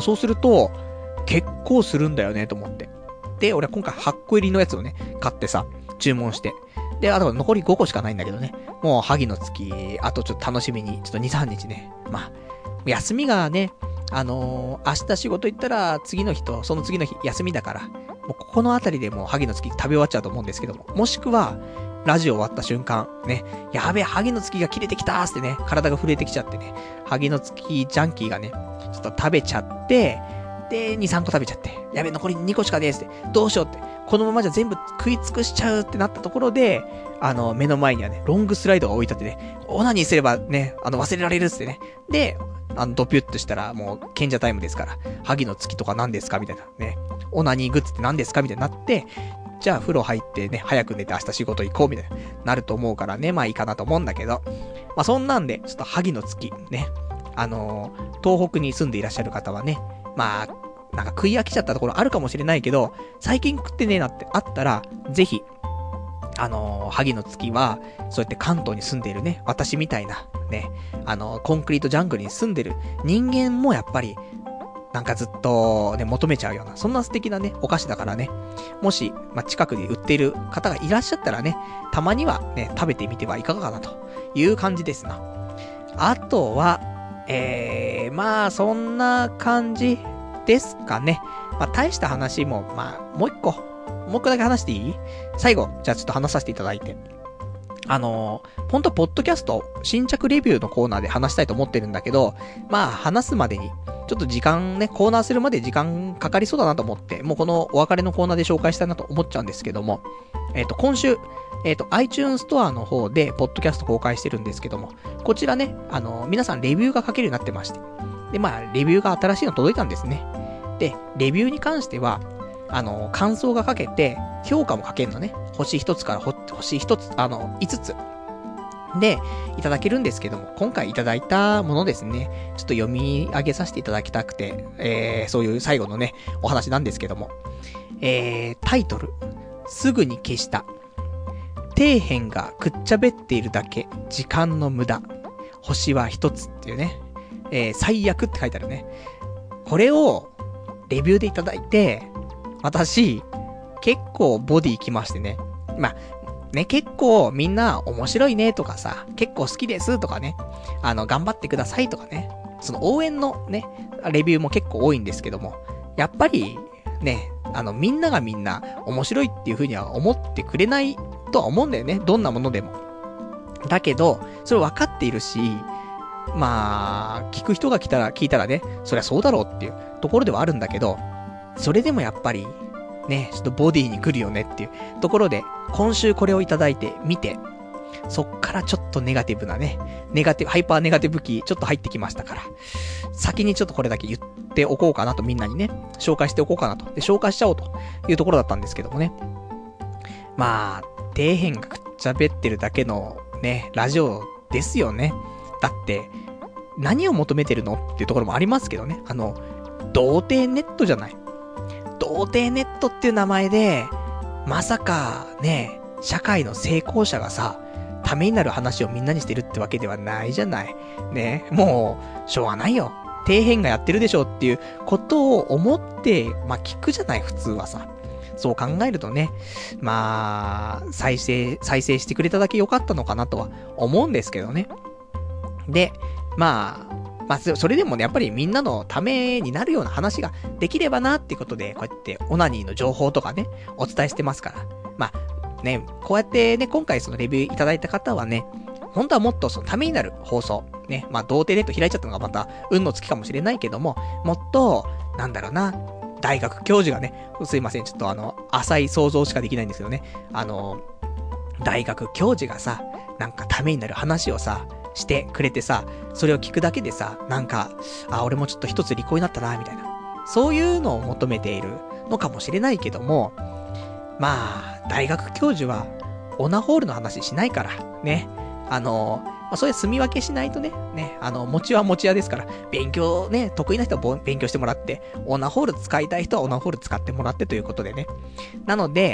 そうすると、結構するんだよね、と思って。で、俺は今回はっこ入りのやつをね、買ってさ、注文して。で、あと残りごこしかないんだけどね。もう、萩の月、あとちょっと楽しみに、ちょっとに、さんにちね。まあ、休みがね、あのー、明日仕事行ったら、次の日と、その次の日、休みだから、もうここのあたりでもう萩の月食べ終わっちゃうと思うんですけども、もしくは、ラジオ終わった瞬間、ね、やべえ、萩の月が切れてきたーってね、体が震えてきちゃってね、萩の月ジャンキーがね、ちょっと食べちゃって、で、に、さんこ食べちゃって、やべえ、残りにこしかねーって、どうしようって、このままじゃ全部食い尽くしちゃうってなったところで、あの、目の前にはね、ロングスライドが置いてあってね、オナニーすればね、あの、忘れられるっつってね。で、あの、ドピュッとしたら、もう、賢者タイムですから、萩の月とか何ですかみたいなね。オナニーグッズって何ですかみたいになって、じゃあ風呂入ってね、早く寝て明日仕事行こうみたいな、なると思うからね、まあいいかなと思うんだけど、まあそんなんで、ちょっと萩の月、ね、あのー、東北に住んでいらっしゃる方はね、まあ、なんか食い飽きちゃったところあるかもしれないけど、最近食ってねえなってあったら、ぜひ、あのー、萩の月は、そうやって関東に住んでいるね、私みたいな、ね、あのー、コンクリートジャングルに住んでる人間もやっぱり、なんかずっとね、求めちゃうような、そんな素敵なね、お菓子だからね。もし、まあ、近くで売っている方がいらっしゃったらね、たまにはね、食べてみてはいかがかなという感じですな。あとは、えー、まあ、そんな感じですかね。まあ、大した話も、まあ、もう一個、もう一個だけ話していい？最後、じゃあちょっと話させていただいて。あのー、ほんと、ポッドキャスト、新着レビューのコーナーで話したいと思ってるんだけど、まあ、話すまでに、ちょっと時間ね、コーナーするまで時間かかりそうだなと思って、もうこのお別れのコーナーで紹介したいなと思っちゃうんですけども、えっと、今週、えっと、iTunes ストアの方で、ポッドキャスト公開してるんですけども、こちらね、あのー、皆さんレビューが書けるようになってまして。で、まあ、レビューが新しいの届いたんですね。で、レビューに関しては、あのー、感想が書けて、評価も書けるのね。星一つから星一つ、あの、五つ。で、いただけるんですけども、今回いただいたものですね、ちょっと読み上げさせていただきたくて、えー、そういう最後のね、お話なんですけども、えー、タイトル、すぐに消した。底辺がくっちゃべっているだけ、時間の無駄。星は一つっていうね、えー、最悪って書いてあるね。これを、レビューでいただいて、私、結構ボディきましてね。まあ、ね、結構みんな面白いねとかさ、結構好きですとかね、あの、頑張ってくださいとかね、その応援のね、レビューも結構多いんですけども、やっぱりね、あの、みんながみんな面白いっていう風には思ってくれないとは思うんだよね、どんなものでも。だけど、それ分かっているし、まあ、聞く人が来たら、聞いたらね、そりゃそうだろうっていうところではあるんだけど、それでもやっぱり、ね、ちょっとボディに来るよねっていうところで、今週これをいただいて見て、そっからちょっとネガティブなね、ネガティブ、ハイパーネガティブ期ちょっと入ってきましたから、先にちょっとこれだけ言っておこうかなと、みんなにね、紹介しておこうかなと。で、紹介しちゃおうというところだったんですけどもね。まあ、底辺がくっちゃべってるだけのね、ラジオですよね。だって、何を求めてるのっていうところもありますけどね。あの、童貞ネットじゃない。童貞ネットっていう名前で、まさかね、社会の成功者がさ、ためになる話をみんなにしてるってわけではないじゃない。ね、もう、しょうがないよ。底辺がやってるでしょっていうことを思って、まあ、聞くじゃない、普通はさ。そう考えるとね、まあ、再生、再生してくれただけ良かったのかなとは思うんですけどね。で、まあ、まあ、それでもね、やっぱりみんなのためになるような話ができればなっていうことで、こうやってオナニーの情報とかね、お伝えしてますから。まあ、ね、こうやってね、今回そのレビューいただいた方はね、本当はもっとそのためになる放送。ね、まあ、童貞ネット開いちゃったのがまた、運のつきかもしれないけども、もっと、なんだろうな、大学教授がね、すいません、ちょっとあの、浅い想像しかできないんですけどね、あの、大学教授がさ、なんかためになる話をさ、してくれてさ、それを聞くだけでさ、なんか、あ、俺もちょっと一つ利口になったな、みたいな。そういうのを求めているのかもしれないけども、まあ、大学教授は、オナホールの話しないから、ね。あの、まあ、そういう住み分けしないとね、ね、あの、持ちは持ち屋ですから、勉強ね、得意な人は勉強してもらって、オナホール使いたい人はオナホール使ってもらってということでね。なので、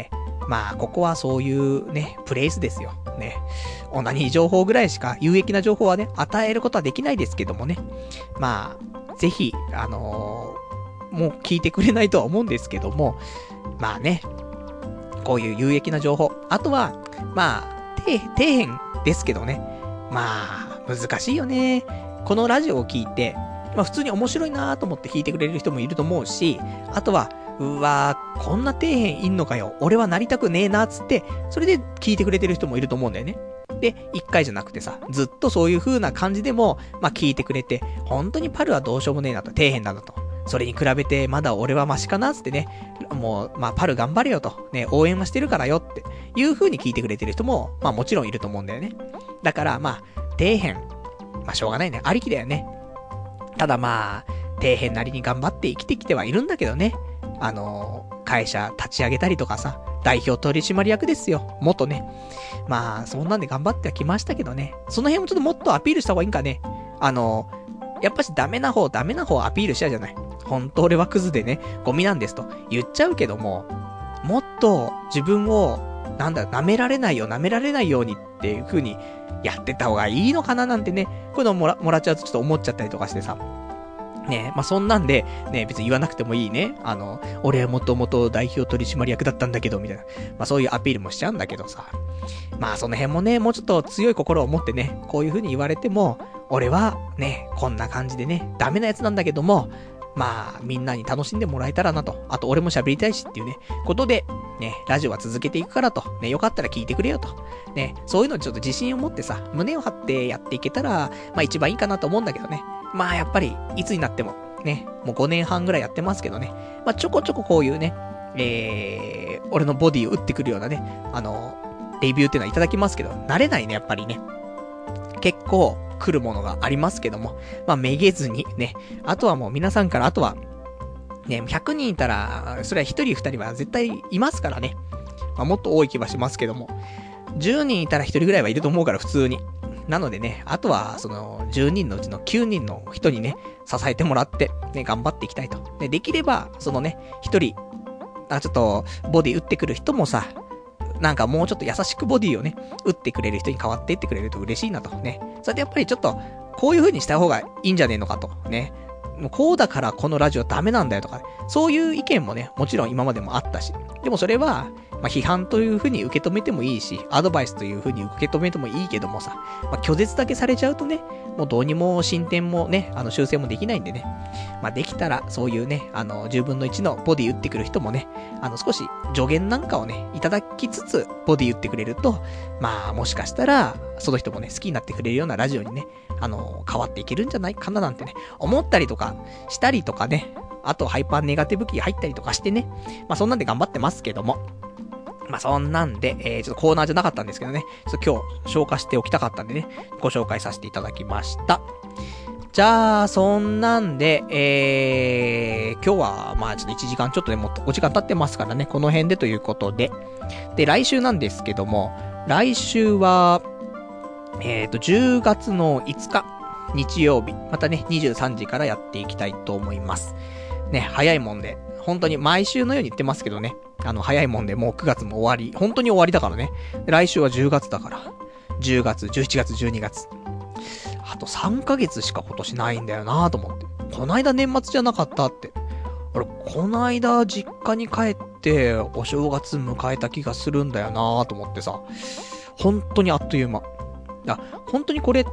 まあ、ここはそういうね、プレイスですよ。ね。オナニー情報ぐらいしか有益な情報はね、与えることはできないですけどもね。まあ、ぜひ、あのー、もう聞いてくれないとは思うんですけども、まあね、こういう有益な情報。あとは、まあ、底辺ですけどね。まあ、難しいよね。このラジオを聞いて、まあ普通に面白いなーと思って聞いてくれる人もいると思うし、あとは、うわー、こんな底辺いんのかよ。俺はなりたくねえなーつって、それで聞いてくれてる人もいると思うんだよね。で、一回じゃなくてさ、ずっとそういう風な感じでも、まあ聞いてくれて、本当にパルはどうしようもねえなと、底辺なんだと。それに比べて、まだ俺はマシかなつってね、もう、まあパル頑張れよと、ね、応援はしてるからよっていう風に聞いてくれてる人も、まあもちろんいると思うんだよね。だから、まあ、底辺、まあしょうがないね。ありきだよね。ただまあ、底辺なりに頑張って生きてきてはいるんだけどね。あのー、会社立ち上げたりとかさ、代表取締役ですよ。元ね。まあ、そんなんで頑張ってはきましたけどね。その辺もちょっともっとアピールした方がいいんかね。あのー、やっぱしダメな方、ダメな方アピールしちゃうじゃない。本当俺はクズでね、ゴミなんですと言っちゃうけども、もっと自分を、なんだ、舐められないよ、舐められないようにっていう風にやってた方がいいのかななんてね、こういうのをもら、もらっちゃうとちょっと思っちゃったりとかしてさ。ねえ、まあ、そんなんで、ね、別に言わなくてもいいね。あの、俺はもともと代表取締役だったんだけど、みたいな。まあ、そういうアピールもしちゃうんだけどさ。まあ、その辺もね、もうちょっと強い心を持ってね、こういう風に言われても、俺は、ね、こんな感じでね、ダメなやつなんだけども、まあ、みんなに楽しんでもらえたらなと。あと、俺も喋りたいしっていうね、ことで、ね、ラジオは続けていくからと。ね、よかったら聞いてくれよと。ね、そういうのにちょっと自信を持ってさ、胸を張ってやっていけたら、まあ一番いいかなと思うんだけどね。まあやっぱり、いつになっても、ね、もうごねんはんぐらいやってますけどね。まあちょこちょここういうね、えー、俺のボディを打ってくるようなね、あの、レビューっていうのはいただきますけど、慣れないね、やっぱりね。結構来るものがありますけども、まあめげずにね、あとはもう皆さんからあとは、ね、ひゃくにんいたら、それはひとりふたりは絶対いますからね。まあもっと多い気はしますけども、じゅうにんいたらひとりぐらいはいると思うから普通に。なのでね、あとは、その、じゅうにんのうちのきゅうにんの人にね、支えてもらって、ね、頑張っていきたいと。で、できれば、そのね、ひとり、あ、ちょっと、ボディ打ってくる人もさ、なんかもうちょっと優しくボディをね、打ってくれる人に変わっていってくれると嬉しいなと。ね。それでやっぱりちょっと、こういう風にした方がいいんじゃねえのかと。ね。こうだからこのラジオダメなんだよとか、そういう意見もね、もちろん今までもあったし。でもそれは、まあ、批判という風に受け止めてもいいし、アドバイスという風に受け止めてもいいけどもさ、まあ、拒絶だけされちゃうとね、もうどうにも進展もね、あの修正もできないんでね。まあ、できたら、そういうね、あの、じゅうぶんのいちのボディ打ってくる人もね、あの、少し助言なんかをね、いただきつつ、ボディ打ってくれると、まあ、もしかしたら、その人もね、好きになってくれるようなラジオにね、あの、変わっていけるんじゃないかななんてね、思ったりとか、したりとかね、あとハイパーネガティブキー入ったりとかしてね、まあ、そんなんで頑張ってますけども、まあ、そんなんで、えー、ちょっとコーナーじゃなかったんですけどね、ちょっと今日消化しておきたかったんでね、ご紹介させていただきました。じゃあ、そんなんで、えー、今日は、まあちょっといちじかんちょっとでもお時間経ってますからね、この辺でということで。で、来週なんですけども、来週は、えーと、じゅうがつのいつか、日曜日、またね、にじゅうさんじからやっていきたいと思います。ね、早いもんで、本当に毎週のように言ってますけどね、あの、早いもんでもうくがつも終わり、本当に終わりだからね。で来週はじゅうがつだから、じゅうがつ、じゅういちがつ、じゅうにがつ。あとさんかげつしか今年ないんだよなぁと思って。こないだ年末じゃなかったって。俺、こないだ実家に帰ってお正月迎えた気がするんだよなぁと思ってさ。本当にあっという間。あ、本当にこれって、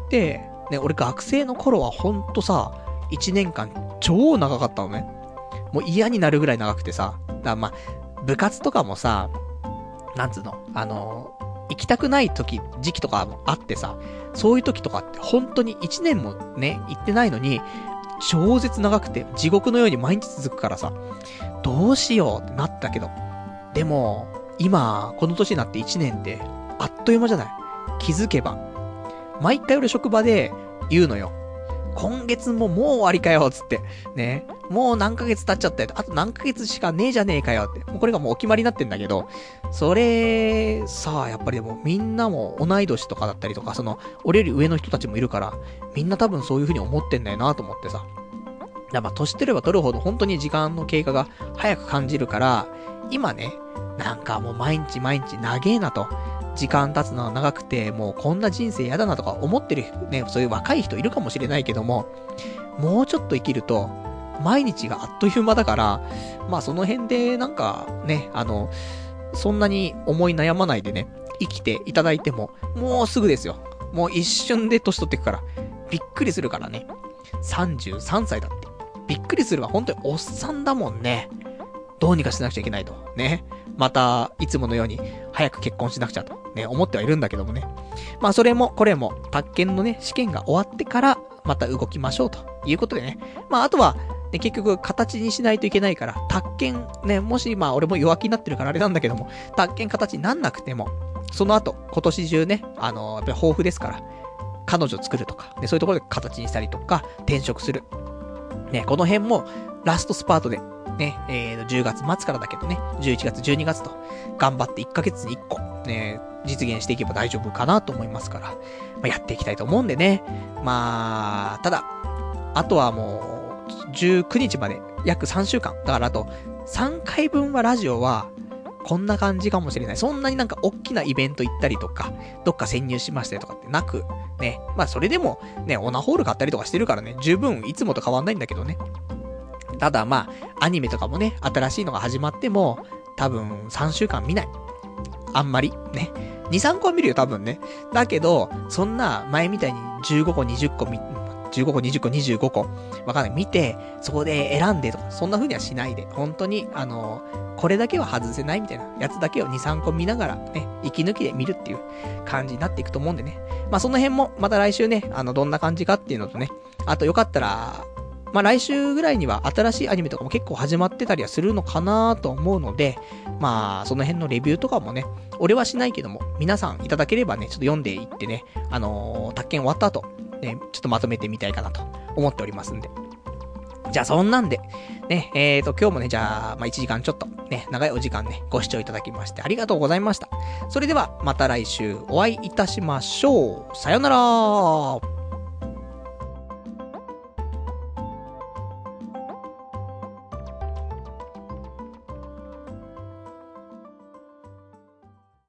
ね、俺学生の頃はほんとさ、いちねんかん超長かったのね。もう嫌になるぐらい長くてさ。だからまあ、部活とかもさ、なんつうの、あの、行きたくない時、時期とかもあってさ、そういう時とかって本当にいちねんもね、行ってないのに、超絶長くて地獄のように毎日続くからさ、どうしようってなったけど。でも、今、この年になっていちねんって、あっという間じゃない？気づけば。毎回俺職場で言うのよ。今月ももう終わりかよ、つって。ね。もう何ヶ月経っちゃったよ。あと何ヶ月しかねえじゃねえかよって。もうこれがもうお決まりになってんだけど、それ、さあ、やっぱりでもみんなも同い年とかだったりとか、その、俺より上の人たちもいるから、みんな多分そういう風に思ってんだよなと思ってさ。だまあ、年取れば取るほど本当に時間の経過が早く感じるから、今ね、 なんかもう毎日毎日長えなと。時間経つのは長くて、もうこんな人生嫌だなとか思ってるね、そういう若い人いるかもしれないけども、もうちょっと生きると、毎日があっという間だから、まあその辺でなんかね、あの、そんなに思い悩まないでね、生きていただいても、もうすぐですよ。もう一瞬で年取っていくから、びっくりするからね。さんじゅうさんさいだって。びっくりするわ。本当におっさんだもんね。どうにかしなくちゃいけないと。ね。また、いつものように、早く結婚しなくちゃと。ね、思ってはいるんだけどもね。まあ、それも、これも、宅建のね、試験が終わってから、また動きましょうということでね。まあ、あとは、ね、結局、形にしないといけないから、宅建、ね、もし、まあ、俺も弱気になってるからあれなんだけども、宅建形になんなくても、その後、今年中ね、あのー、やっぱり豊富ですから、彼女作るとか、ね、そういうところで形にしたりとか、転職する。ね、この辺も、ラストスパートで、ね、えー、じゅうがつ末からだけどね、じゅういちがつ、じゅうにがつと、頑張っていっかげつにいっこ、ね、実現していけば大丈夫かなと思いますから、まあ、やっていきたいと思うんでね。まあ、ただ、あとはもう、じゅうくにちまで、約さんしゅうかん。だからあと、さんかいぶんはラジオは、こんな感じかもしれない。そんなになんか大きなイベント行ったりとか、どっか潜入しましたよとかってなく、ね。まあそれでも、ね、オナホール買ったりとかしてるからね、十分いつもと変わんないんだけどね。ただまあ、アニメとかもね、新しいのが始まっても、多分さんしゅうかん見ない。あんまり、ね。に、さんこは見るよ、多分ね。だけど、そんな前みたいにじゅうごこ、にじゅっこ見、じゅうごこ、にじゅっこ、にじゅうごこ、わかんない。見て、そこで選んでとか、そんな風にはしないで。本当に、あの、これだけは外せないみたいなやつだけをに、さんこ見ながらね、息抜きで見るっていう感じになっていくと思うんでね。まあその辺も、また来週ね、あの、どんな感じかっていうのとね、あとよかったら、まあ来週ぐらいには新しいアニメとかも結構始まってたりはするのかなと思うので、まあその辺のレビューとかもね、俺はしないけども、皆さんいただければね、ちょっと読んでいってね、あのー、宅建終わった後、ね、ちょっとまとめてみたいかなと思っておりますんで。じゃあそんなんで、ね、えーと、今日もね、じゃあ、まあいちじかんちょっと、ね、長いお時間ね、ご視聴いただきましてありがとうございました。それでは、また来週お会いいたしましょう。さよなら。